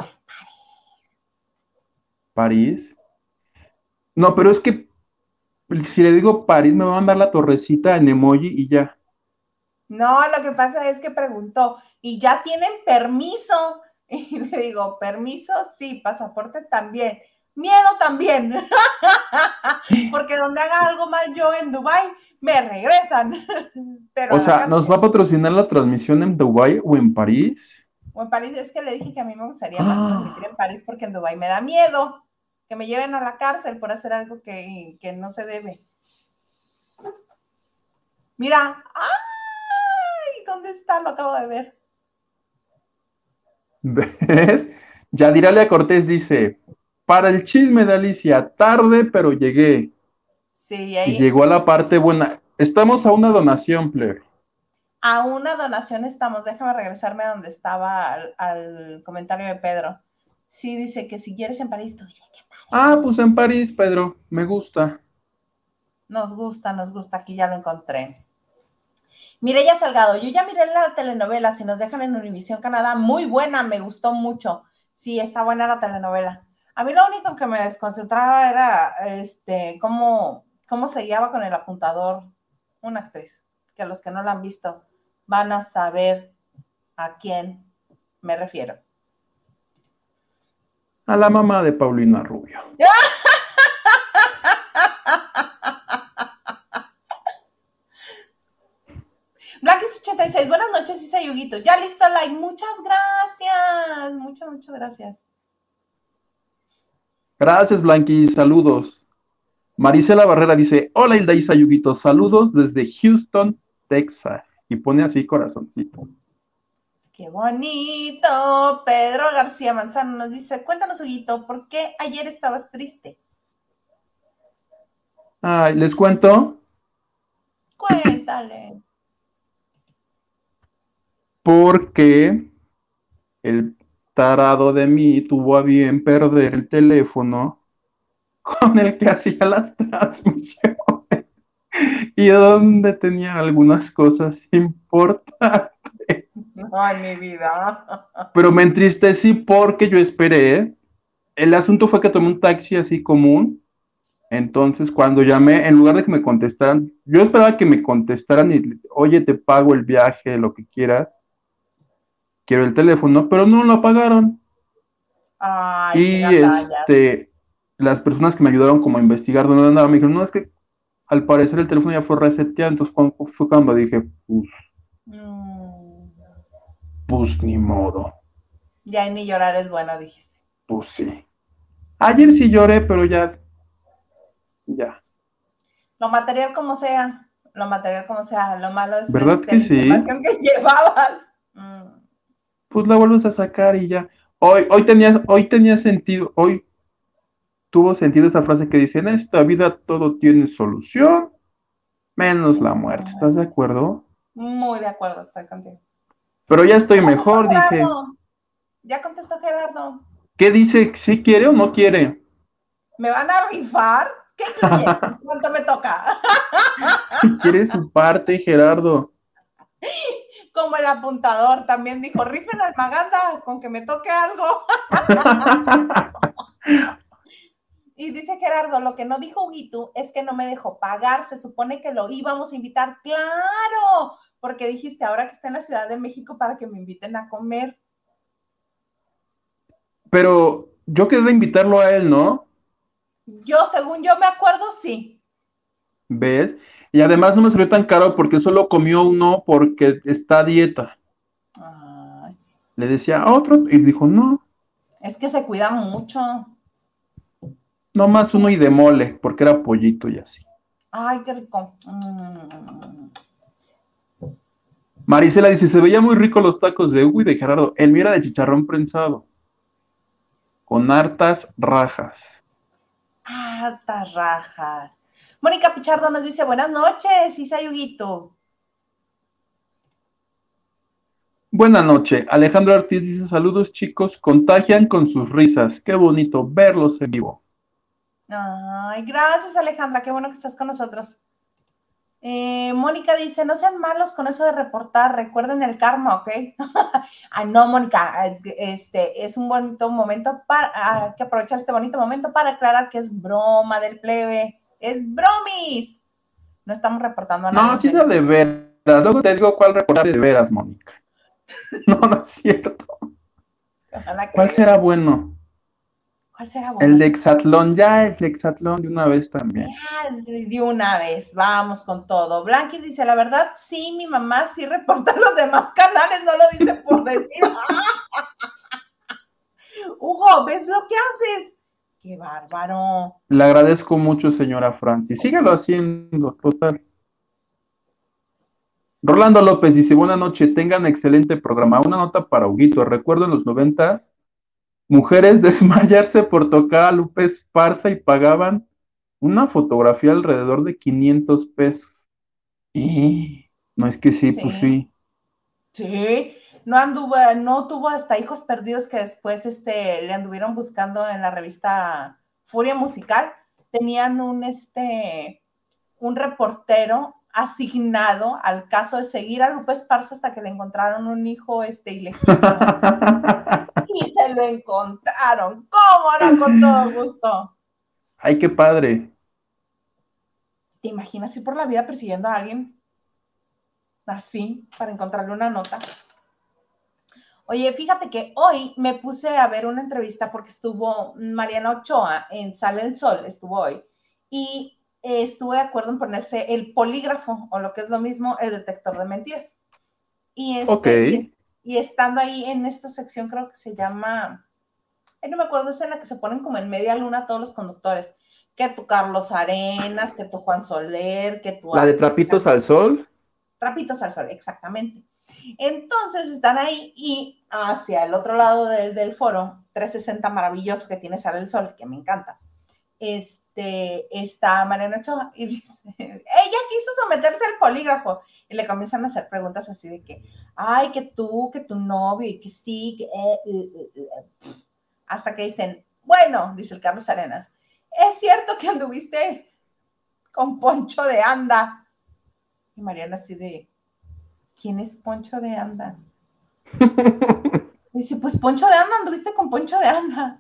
¿París? No, pero es que si le digo París, me va a mandar la torrecita en emoji y ya. No, lo que pasa es que preguntó, ¿y ya tienen permiso? Y le digo, ¿permiso? Sí, pasaporte también. Miedo también. Porque donde haga algo mal yo en Dubái, me regresan. Pero O a la sea, casa. ¿nos va a patrocinar la transmisión en Dubái o en París? O en París, es que le dije que a mí me gustaría más transmitir Ah, en París porque en Dubái me da miedo. que me lleven a la cárcel por hacer algo que, que no se debe. Mira, ¡ay! ¿Dónde está? Lo acabo de ver. ¿Ves? Yadiralia Cortés dice, para el chisme de Alicia, tarde pero llegué. Sí, ahí. Y llegó a la parte buena. Estamos a una donación, Plebe. A una donación estamos. Déjame regresarme a donde estaba al, al comentario de Pedro. Sí, dice que si quieres en París, tú dile que en París. Ah, pues en París, Pedro. Me gusta. Nos gusta, nos gusta. Aquí ya lo encontré. Mireya Salgado, yo ya miré la telenovela, si nos dejan en Univisión Canadá, muy buena, me gustó mucho. Sí, está buena la telenovela. A mí lo único que me desconcentraba era este, cómo, cómo se guiaba con el apuntador una actriz, que los que no la han visto van a saber a quién me refiero. A la mamá de Paulina Rubio. Blanquis ochenta y seis, buenas noches, Isa y Huguito. Ya listo el like, muchas gracias. Muchas, muchas gracias. Gracias, Blanqui, saludos. Marisela Barrera dice, hola Hilda Isa y Huguito, saludos desde Houston, Texas. Y pone así corazoncito. ¡Qué bonito! Pedro García Manzano nos dice, cuéntanos, Huguito, ¿por qué ayer estabas triste? Ay, ¿les cuento? Cuéntales. Porque el tarado de mí tuvo a bien perder el teléfono con el que hacía las transmisiones y donde tenía algunas cosas importantes. Ay, mi vida. Pero me entristecí porque yo esperé. El asunto fue que tomé un taxi así común. Entonces, cuando llamé, en lugar de que me contestaran, yo esperaba que me contestaran y, oye, te pago el viaje, lo que quieras. Quiero el teléfono, pero no lo pagaron. Ay, y qué este, las personas que me ayudaron como a investigar dónde andaba, me dijeron, no, es que al parecer el teléfono ya fue reseteado. Entonces cuando, fue cuando dije, pues, mm. pues ni modo. Ya ni llorar es bueno, dijiste. Pues sí. Ayer sí lloré, pero ya, ya. Lo material como sea, lo material como sea, lo malo es ¿Verdad este, que la sí? información que llevabas. Mm. Pues la vuelves a sacar y ya. Hoy, hoy tenía, hoy tenía sentido, hoy tuvo sentido esa frase que dice, en esta vida todo tiene solución, menos la muerte. ¿Estás de acuerdo? Muy de acuerdo, estoy contigo. Pero ya estoy mejor, dije. Ya contestó Gerardo. ¿Qué dice? ¿Sí quiere o no quiere? ¿Me van a rifar? ¿Qué incluye? ¿Cuánto me toca? Quiere su parte, Gerardo. Como el apuntador, también dijo, rifen al Maganda con que me toque algo. Y dice Gerardo, lo que no dijo Huguito es que no me dejó pagar, se supone que lo íbamos a invitar, claro, porque dijiste ahora que está en la Ciudad de México para que me inviten a comer. Pero yo quedé de invitarlo a él, ¿no? Yo, según yo me acuerdo, sí. ¿Ves? Y además no me salió tan caro porque solo comió uno porque está a dieta. Ay. Le decía, otro, y dijo, no. Es que se cuida mucho. No más uno y de mole, porque era pollito y así. Ay, qué rico. Mm. Marisela dice, se veía muy rico los tacos de Hugo y de Gerardo. El mío era de chicharrón prensado. Con hartas rajas. Hartas rajas. Mónica Pichardo nos dice, buenas noches, Isa y Huguito. Buenas noches. Alejandro Ortiz dice, saludos chicos, contagian con sus risas. Qué bonito verlos en vivo. Ay, gracias Alejandra, qué bueno que estás con nosotros. Eh, Mónica dice, no sean malos con eso de reportar, recuerden el karma, ¿ok? Ay, no, Mónica, este es un bonito momento para, hay que aprovechar este bonito momento para aclarar que es broma del plebe, es bromis. No estamos reportando a nadie. No, sí es de veras. Luego te digo cuál reportar de veras, Mónica. No, no es cierto. ¿Cuál será bueno? ¿Cuál será bueno? El de Exatlón, ya el de Exatlón de una vez también. Ya, de una vez, vamos con todo. Blanquis dice, la verdad, sí, mi mamá sí reporta los demás canales, no lo dice por decir. Hugo, ¿ves lo que haces? Qué bárbaro. Le agradezco mucho, señora Francis. Sígalo haciendo, total. Rolando López dice, buenas noches, tengan excelente programa. Una nota para Huguito. Recuerdo en los noventas, mujeres desmayarse por tocar a Lupe Esparza y pagaban una fotografía alrededor de quinientos pesos. Y no es que sí, pues Sí, sí. sí. No anduvo, no tuvo hasta hijos perdidos que después este, le anduvieron buscando en la revista Furia Musical. Tenían un, este, un reportero asignado al caso de seguir a Lupe Esparza hasta que le encontraron un hijo este, ilegítimo. Y se lo encontraron. ¿Cómo no? Con todo gusto. Ay, qué padre. ¿Te imaginas ir por la vida persiguiendo a alguien así para encontrarle una nota? Oye, fíjate que hoy me puse a ver una entrevista porque estuvo Mariana Ochoa en Sale el Sol, estuvo hoy, y eh, estuve de acuerdo en ponerse el polígrafo, o lo que es lo mismo, el detector de mentiras. Y, Ok. este, y, y estando ahí en esta sección, creo que se llama, eh, no me acuerdo, es en la que se ponen como en media luna todos los conductores, que tu Carlos Arenas, que tu Juan Soler, que tu La de Alex, Trapitos al Sol. Trapitos al Sol, exactamente. Entonces están ahí y hacia el otro lado del, del foro, trescientos sesenta maravilloso que tiene Sale el Sol, que me encanta, este, está Mariana Ochoa y dice, ella quiso someterse al polígrafo y le comienzan a hacer preguntas así de que, ay, que tú, que tu novio y que sí, que, eh, eh, eh, eh. Hasta que dicen, bueno, dice el Carlos Arenas, es cierto que anduviste con Poncho de Anda. Y Mariana así de, ¿quién es Poncho de Anda? Dice, pues Poncho de Anda, anduviste con Poncho de Anda.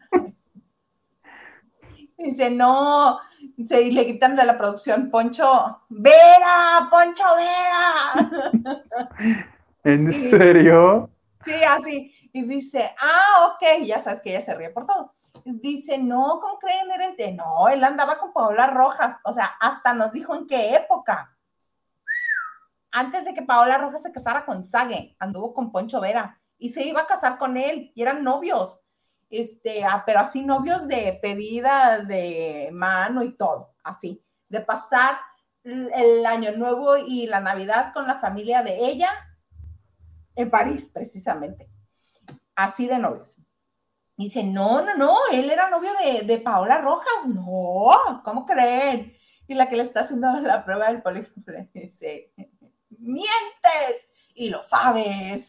Dice, no, dice, y le gritan de la producción, Poncho, Vera, Poncho Vera. ¿En Y, serio? sí, así. Y dice, ah, ok, ya sabes que ella se ríe por todo. Dice, no, ¿cómo creen? Era el de, no, él andaba con Paola Rojas. O sea, hasta nos dijo en qué época. Antes de que Paola Rojas se casara con Sage, anduvo con Poncho Vera y se iba a casar con él y eran novios. Este, ah, pero así novios de pedida de mano y todo, así, de pasar el año nuevo y la Navidad con la familia de ella en París, precisamente, así de novios. Y dice, no, no, no, él era novio de, de Paola Rojas, no, ¿cómo creen? Y la que le está haciendo la prueba del polígrafo le dice, mientes y lo sabes.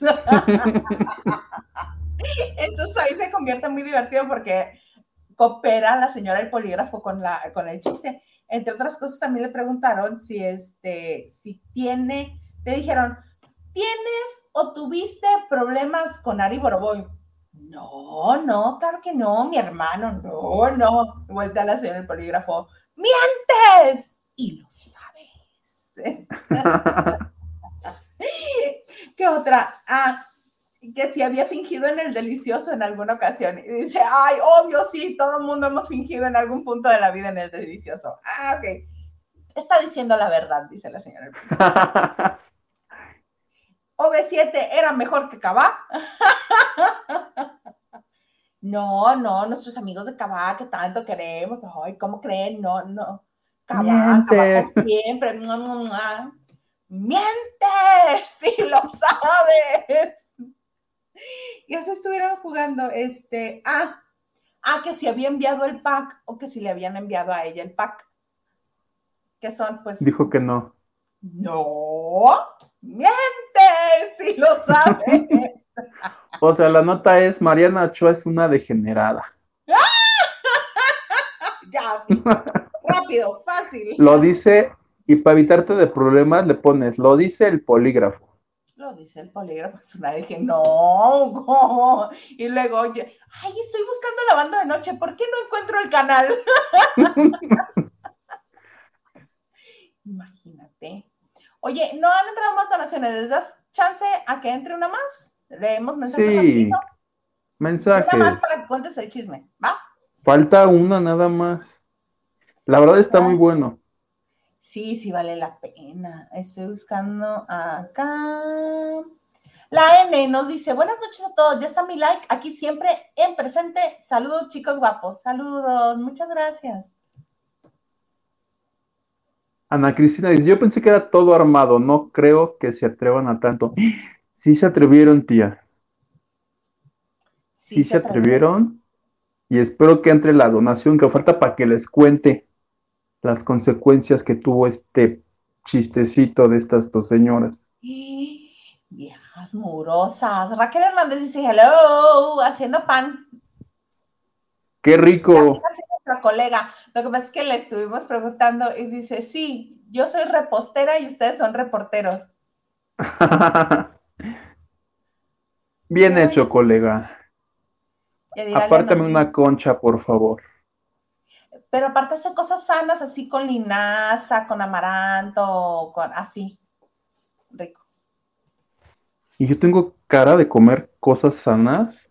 Entonces ahí se convierte muy divertido porque coopera la señora del polígrafo con, la, con el chiste. Entre otras cosas también le preguntaron si, este, si tiene, le dijeron, ¿tienes o tuviste problemas con Ari Boroboy? No, no, claro que no, mi hermano, no, no. Vuelta a la señora del polígrafo, ¡mientes! Y lo sabes. ¿Qué otra? Ah, que si había fingido en el delicioso en alguna ocasión. Y dice, ay, obvio, sí, todo el mundo hemos fingido en algún punto de la vida en el delicioso. Ah, ok. Está diciendo la verdad, dice la señora. O V siete era mejor que Cabá. No, no, nuestros amigos de Cabá que tanto queremos. Ay, ¿cómo creen? No, no. Cabá, Cabá por Mientes. siempre. Mientes, sí lo sabes. Y así estuvieron jugando. Este, ah, ah, que si había enviado el pack o que si le habían enviado a ella el pack. Que son, pues, Dijo que no. no, mientes, si lo sabes. O sea, la nota es, Mariana Ochoa es una degenerada. Ya, sí, rápido, fácil. Lo dice, y para evitarte de problemas le pones, lo dice el polígrafo. Lo dice el polígrafo. Dije, no, no. Y luego, oye, ay, estoy buscando lavando de noche, ¿por qué no encuentro el canal? Imagínate. Oye, no han entrado más donaciones, ¿les das chance a que entre una más? Leemos mensajes rapidito. Sí, Una más mensajes. para que cuentes el chisme, ¿va? Falta una nada más. La verdad está muy bueno. Sí, sí vale la pena. Estoy buscando acá. La N nos dice, buenas noches a todos, ya está mi like, aquí siempre en presente. Saludos, chicos guapos, saludos, muchas gracias. Ana Cristina dice, yo pensé que era todo armado, no creo que se atrevan a tanto. Sí se atrevieron, tía. Sí, sí se atrevieron. Y espero que entre la donación que falta para que les cuente las consecuencias que tuvo este chistecito de estas dos señoras. Viejas murosas. Raquel Hernández dice, hello, haciendo pan. ¡Qué rico! Casi, casi nuestra colega. Lo que pasa es que le estuvimos preguntando y dice, sí, yo soy repostera y ustedes son reporteros. Bien hecho, Ay. colega. Apártame una concha, por favor. Pero aparte hace cosas sanas, así con linaza, con amaranto, con así. Rico. ¿Y yo tengo cara de comer cosas sanas?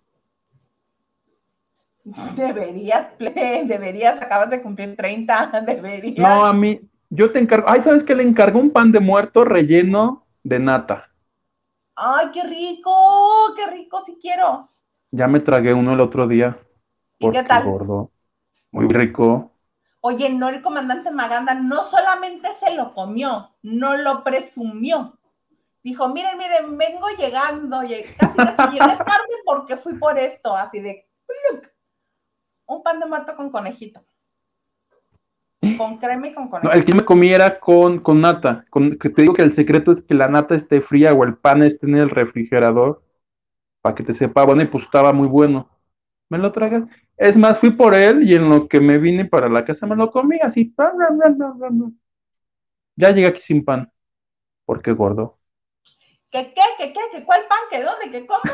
Deberías, deberías, acabas de cumplir treinta, deberías. No, a mí, yo te encargo, ay, ¿sabes qué? Le encargo un pan de muerto relleno de nata. Ay, qué rico, qué rico, sí quiero. Ya me tragué uno el otro día. ¿Y qué tal? Gordo. Muy rico. Oye, no, el comandante Maganda no solamente se lo comió, no lo presumió. Dijo, miren, miren, vengo llegando, casi casi llegué tarde porque fui por esto, así de, look, un pan de muerto con conejito. Con crema y con conejito. No, el que yo me comí era con, con nata. Con, que te digo que el secreto es que la nata esté fría o el pan esté en el refrigerador para que te sepa bueno y pues estaba muy bueno. Me lo tragas. Es más, fui por él y en lo que me vine para la casa me lo comí así. Ya llegué aquí sin pan. Porque gordo. ¿Qué, qué, qué, qué, qué, cuál pan, qué, dónde, qué, cómo?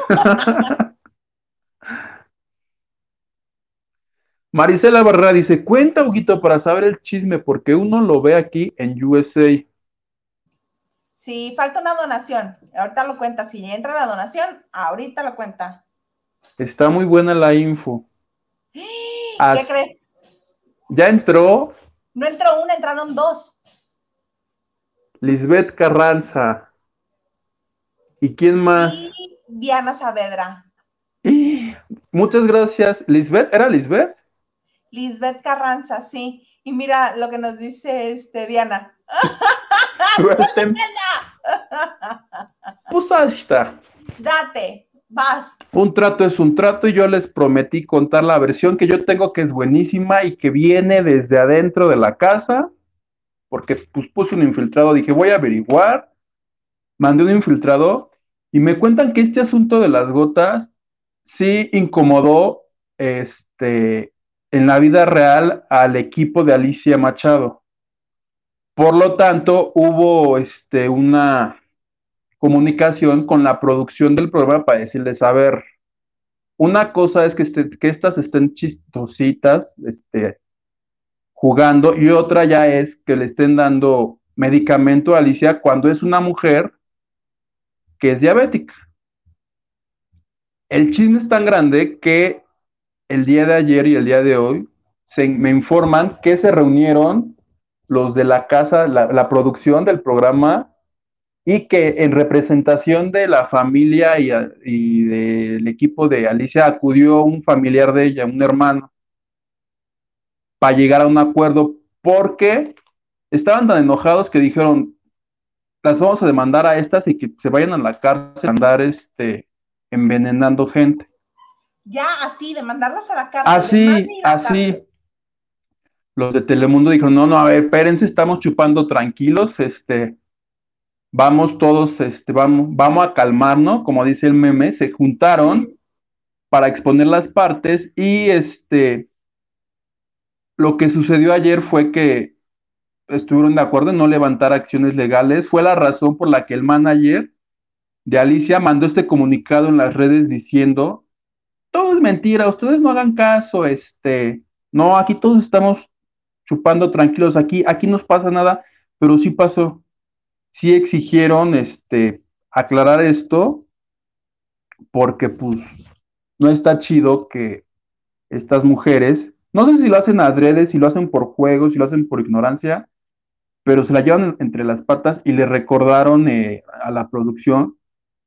Marisela Barra dice, cuenta, Huguito, para saber el chisme, porque uno lo ve aquí en U S A. Sí, falta una donación. Ahorita lo cuenta. Si entra la donación, ahorita lo cuenta. Está muy buena la info. ¿Qué As... crees? ¿Ya entró? No entró una, entraron dos. Lisbeth Carranza. ¿Y quién más? Y Diana Saavedra. Y muchas gracias. ¿Lisbeth? ¿Era Lisbeth? Lisbeth Carranza, sí. Y mira lo que nos dice este Diana. Pues ahí está. Date, vas. Un trato es un trato y yo les prometí contar la versión que yo tengo que es buenísima y que viene desde adentro de la casa, porque pues puse un infiltrado, dije voy a averiguar, mandé un infiltrado y me cuentan que este asunto de las gotas sí incomodó este, en la vida real al equipo de Alicia Machado. Por lo tanto, hubo este, una comunicación con la producción del programa para decirles, a ver, una cosa es que, este, que estas estén chistositas este, jugando y otra ya es que le estén dando medicamento a Alicia cuando es una mujer que es diabética. El chisme es tan grande que el día de ayer y el día de hoy se, me informan que se reunieron los de la casa, la, la producción del programa y que en representación de la familia y, y del equipo de Alicia acudió un familiar de ella, un hermano, para llegar a un acuerdo porque estaban tan enojados que dijeron, las vamos a demandar a estas y que se vayan a la cárcel a andar este, envenenando gente. Ya, así, de mandarlas a la cárcel. Así, así. Cárcel. Los de Telemundo dijeron, no, no, a ver, espérense, estamos chupando tranquilos, este, vamos todos, este, vamos, vamos a calmarnos, como dice el meme, se juntaron sí. para exponer las partes y este, lo que sucedió ayer fue que estuvieron de acuerdo en no levantar acciones legales, fue la razón por la que el manager de Alicia mandó este comunicado en las redes diciendo, todo es mentira, ustedes no hagan caso, este, no, aquí todos estamos chupando tranquilos, aquí, aquí no pasa nada, pero sí pasó, sí exigieron, este, aclarar esto, porque pues no está chido que estas mujeres, no sé si lo hacen adrede, si lo hacen por juego, si lo hacen por ignorancia, pero se la llevan entre las patas y le recordaron eh, a la producción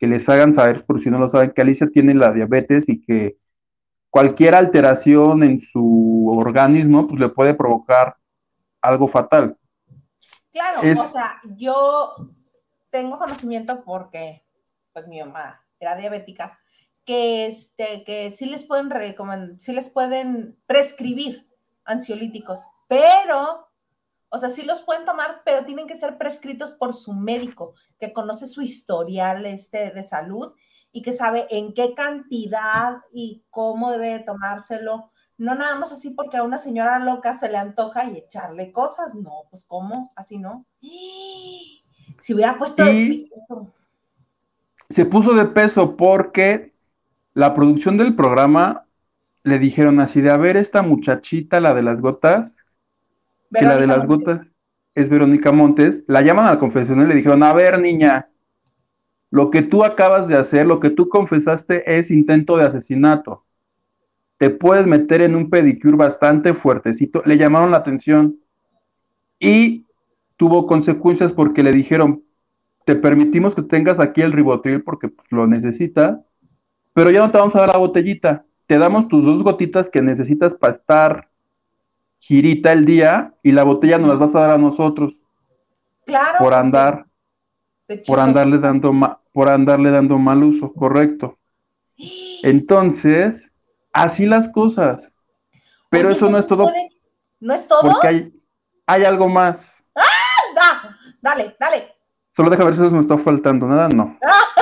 que les hagan saber, por si no lo saben, que Alicia tiene la diabetes y que cualquier alteración en su organismo pues le puede provocar algo fatal. Claro, o Es, sea, yo tengo conocimiento porque pues mi mamá era diabética, que, este, que sí les pueden recomendar, sí les pueden prescribir ansiolíticos, pero, o sea, sí los pueden tomar, pero tienen que ser prescritos por su médico, que conoce su historial este, de salud y que sabe en qué cantidad y cómo debe de tomárselo. No nada más así porque a una señora loca se le antoja y echarle cosas. No, pues ¿cómo? Así no. Si hubiera puesto y esto. se puso de peso porque la producción del programa le dijeron así de, a ver, esta muchachita, la de las gotas, que la de Verónica las Montes. gotas es Verónica Montes, la llaman al confesionario y le dijeron, a ver, niña, lo que tú acabas de hacer, lo que tú confesaste es intento de asesinato. Te puedes meter en un pedicure bastante fuertecito. Le llamaron la atención y tuvo consecuencias porque le dijeron, te permitimos que tengas aquí el ribotril porque pues, lo necesitas, pero ya no te vamos a dar la botellita. Te damos tus dos gotitas que necesitas para estar girita el día y la botella nos las vas a dar a nosotros Claro, por porque andar, de por andarle chistosito. dando, ma, por andarle dando mal uso, correcto. Entonces, así las cosas. Pero Oye, eso no es entonces todo puede, ¿no es todo? porque hay, hay algo más. ¡Ah! Dale, dale. Solo deja ver si eso me está faltando. Nada, no.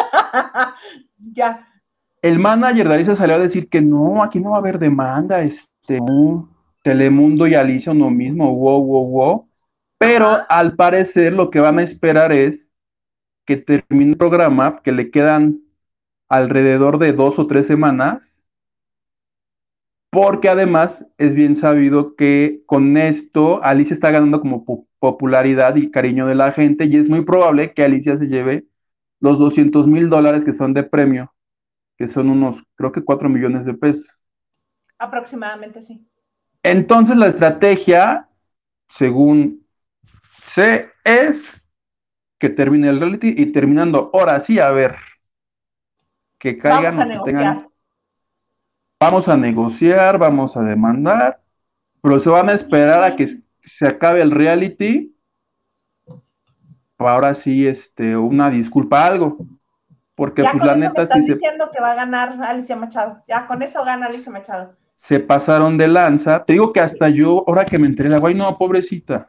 Ya. El manager de Alicia salió a decir que no, aquí no va a haber demanda, este, no, Telemundo y Alicia uno mismo, wow, wow, wow. Pero Ajá. al parecer lo que van a esperar es que termine el programa, que le quedan alrededor de dos o tres semanas, porque además es bien sabido que con esto Alicia está ganando como po- popularidad y cariño de la gente y es muy probable que Alicia se lleve los doscientos mil dólares que son de premio, que son unos, creo que cuatro millones de pesos. Aproximadamente sí. Entonces la estrategia, según sé, es que termine el reality y terminando, ahora sí, a ver, que Vamos caigan a los que tengan, negociar. vamos a negociar, vamos a demandar, pero se van a esperar a que se acabe el reality, para ahora sí, este, una disculpa, algo, porque Ya pues con la eso me neta sí estás se, diciendo que va a ganar Alicia Machado. Ya con eso gana Alicia Machado. se pasaron de lanza, te digo que hasta yo, ahora que me enteré de guay, no, pobrecita.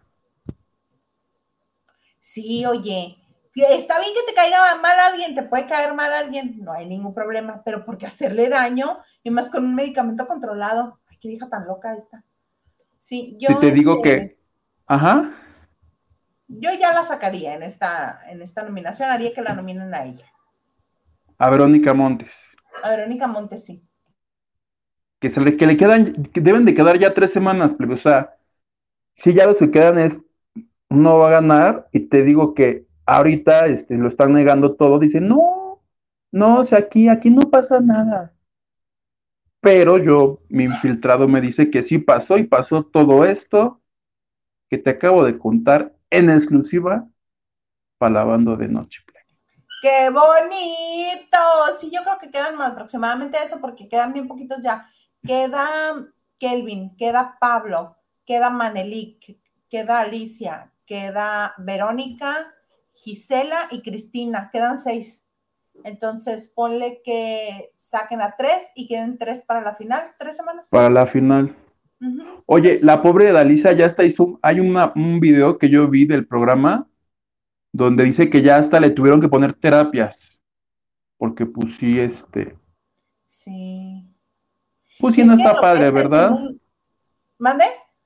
Sí, oye, está bien que te caiga mal a alguien, te puede caer mal a alguien, no hay ningún problema, pero porque hacerle daño y más con un medicamento controlado. Ay, qué vieja tan loca esta. Sí, Si yo te digo este, que, ajá, yo ya la sacaría en esta, en esta nominación, haría que la nominen a ella. a Verónica Montes. A Verónica Montes, sí. Que, se le, que le quedan, que deben de quedar ya tres semanas, plebe. O sea, si ya los que quedan es, no va a ganar, y te digo que ahorita este, lo están negando todo, dicen, no, no, o sea, aquí, aquí no pasa nada. Pero yo, mi infiltrado me dice que sí pasó y pasó todo esto que te acabo de contar en exclusiva para la banda de noche. ¡Qué bonito! Sí, yo creo que quedan más aproximadamente eso, porque quedan bien poquitos ya. Queda Kelvin, queda Pablo, queda Manelik, queda Alicia, queda Verónica, Gisela y Cristina. Quedan seis. Entonces, ponle que saquen a tres y queden tres para la final. ¿Tres semanas? Para la final. Uh-huh. Oye, Tres. la pobre de Dalisa ya está hizo, hay una, un video que yo vi del programa donde dice que ya hasta le tuvieron que poner terapias, porque pues sí, este, Sí. pues sí Es no que está padre, enloquece, ¿verdad? según... ¿Mande?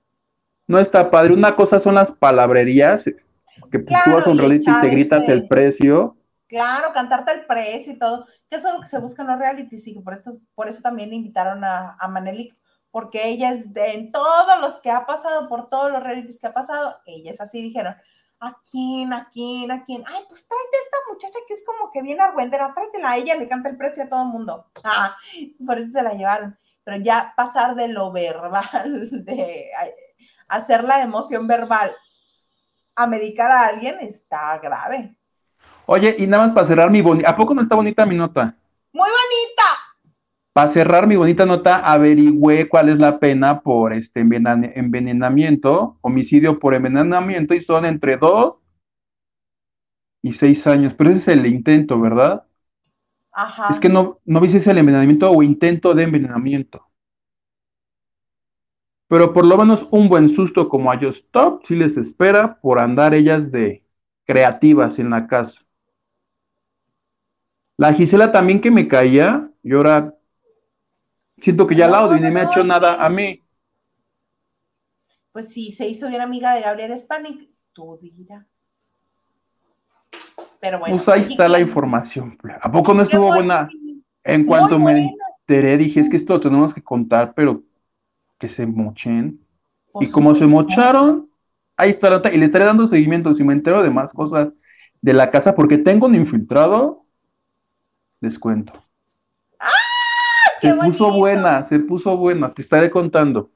No está padre. Una cosa son las palabrerías, que pues tú vas Claro, a un y reality y echar te gritas el este... precio. Claro, cantarte el precio y todo, que eso es lo que se busca en los reality, sí, por, esto, por eso también invitaron a, a Manelik, porque ella es de en todos los que ha pasado, por todos los realities que ha pasado, ella es así, dijeron, ¿a quién, a quién, a quién? Ay, pues tráete a esta muchacha que es como que viene argüendera, tráetela a ella, le canta el precio a todo el mundo. Ah, por eso se la llevaron, pero ya pasar de lo verbal, de hacer la emoción verbal a medicar a alguien está grave. Oye, y nada más para cerrar mi bonita, ¿a poco no está bonita mi nota? Muy bonita. Para cerrar mi bonita nota, averigüé cuál es la pena por este envena- envenenamiento, homicidio por envenenamiento, y son entre dos y seis años. Pero ese es el intento, ¿verdad? Es que Ajá. no, no vi si es el envenenamiento o intento de envenenamiento. Pero por lo menos un buen susto como a Just Stop sí les espera por andar ellas de creativas en la casa. La Gisela también que me caía, y ahora siento que ya la No, odio y no, ni me ha hecho no, nada a sí. mí. Pues sí, se hizo bien amiga de Gabriel Spanik. Tú dirás. Pero Pues bueno, ahí oye, está la qué, información. ¿A poco no qué estuvo bueno. buena? En Muy cuanto me buena. enteré, dije, es que esto lo tenemos que contar, pero que se mochen. Por Y como se supuesto. mocharon, ahí está la nota. Y le estaré dando seguimiento si me entero de más cosas de la casa, porque tengo un infiltrado, les cuento. Se ¡Qué puso bonito! buena, se puso buena, te estaré contando.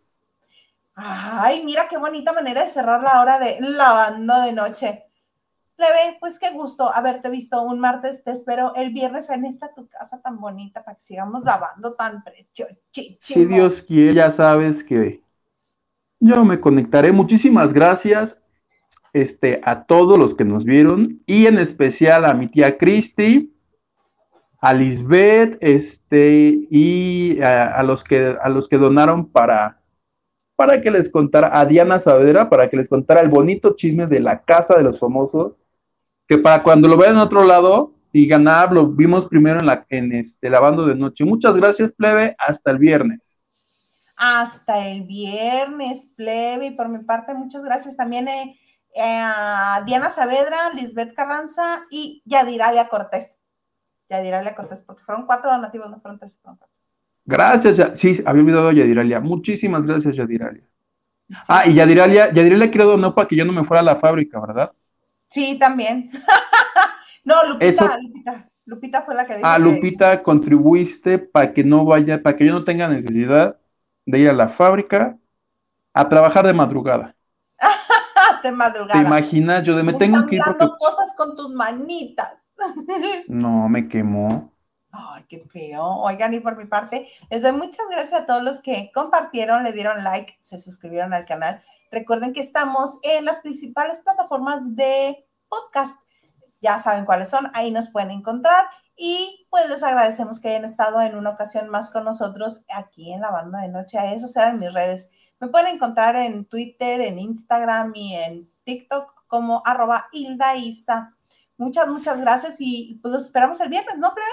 Ay, mira qué bonita manera de cerrar la hora de lavando de noche. Plebe, pues qué gusto haberte visto un martes. Te espero el viernes en esta tu casa tan bonita para que sigamos lavando tan Si prechísimo. Dios quiere, ya sabes que yo me conectaré. Muchísimas gracias este, a todos los que nos vieron y en especial a mi tía Cristi, a Lisbeth, este, y a, a los que, a los que donaron para, para que les contara, a Diana Saavedra, para que les contara el bonito chisme de la casa de los famosos, que para cuando lo vean en otro lado, digan, ah, lo vimos primero en, la, en este, Lavando de Noche. Muchas gracias, plebe, hasta el viernes. Hasta el viernes, plebe. Y por mi parte, muchas gracias también eh, eh, a Diana Saavedra, Lisbeth Carranza y Yadiralia Cortés. Yadiralia Cortés, porque fueron cuatro donativos, no fueron tres. Fueron cuatro. Gracias, ya, sí, había olvidado a Yadiralia. Muchísimas gracias, Yadiralia. Sí, Ah, y sí, sí. Yadiralia, Yadiralia quiero donó para que yo no me fuera a la fábrica, ¿verdad? Sí, también. No, Lupita, Eso, Lupita. Lupita fue la que a dijo que Lupita contribuiste para que no vaya, para que yo no tenga necesidad de ir a la fábrica a trabajar de madrugada. de ¿Te madrugada, imaginas? Yo de me tengo que ir porque ensamblando pues, cosas con tus manitas. no me quemó. Ay, qué feo. Oigan, y por mi parte, les doy muchas gracias a todos los que compartieron, le dieron like, se suscribieron al canal. Recuerden que estamos en las principales plataformas de podcast. Ya saben cuáles son, ahí nos pueden encontrar. Y pues les agradecemos que hayan estado en una ocasión más con nosotros aquí en la banda de noche. A eso serán mis redes. Me pueden encontrar en Twitter, en Instagram y en TikTok como arroba Hilda Isa. Muchas, muchas gracias y pues los esperamos el viernes, ¿no, plebe?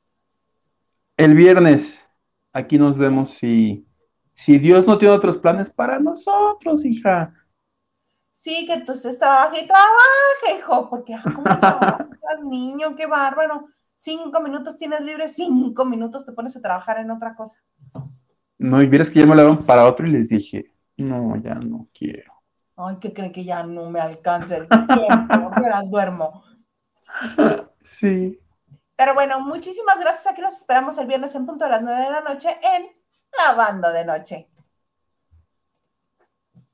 El viernes, aquí nos vemos si, si Dios no tiene otros planes para nosotros, hija. Sí, que entonces trabaje y trabaje, hijo, porque ah, ¿cómo trabajas, niño? Qué bárbaro. Cinco minutos tienes libre, cinco minutos te pones a trabajar en otra cosa. No, y vieras que ya me hablaron para otro y les dije, no, ya no quiero. Ay, ¿qué creen que ya no me alcanza el tiempo? Que las duermo. Sí. Pero bueno, muchísimas gracias. Aquí los esperamos el viernes en punto de las nueve de la noche en Lavando de Noche.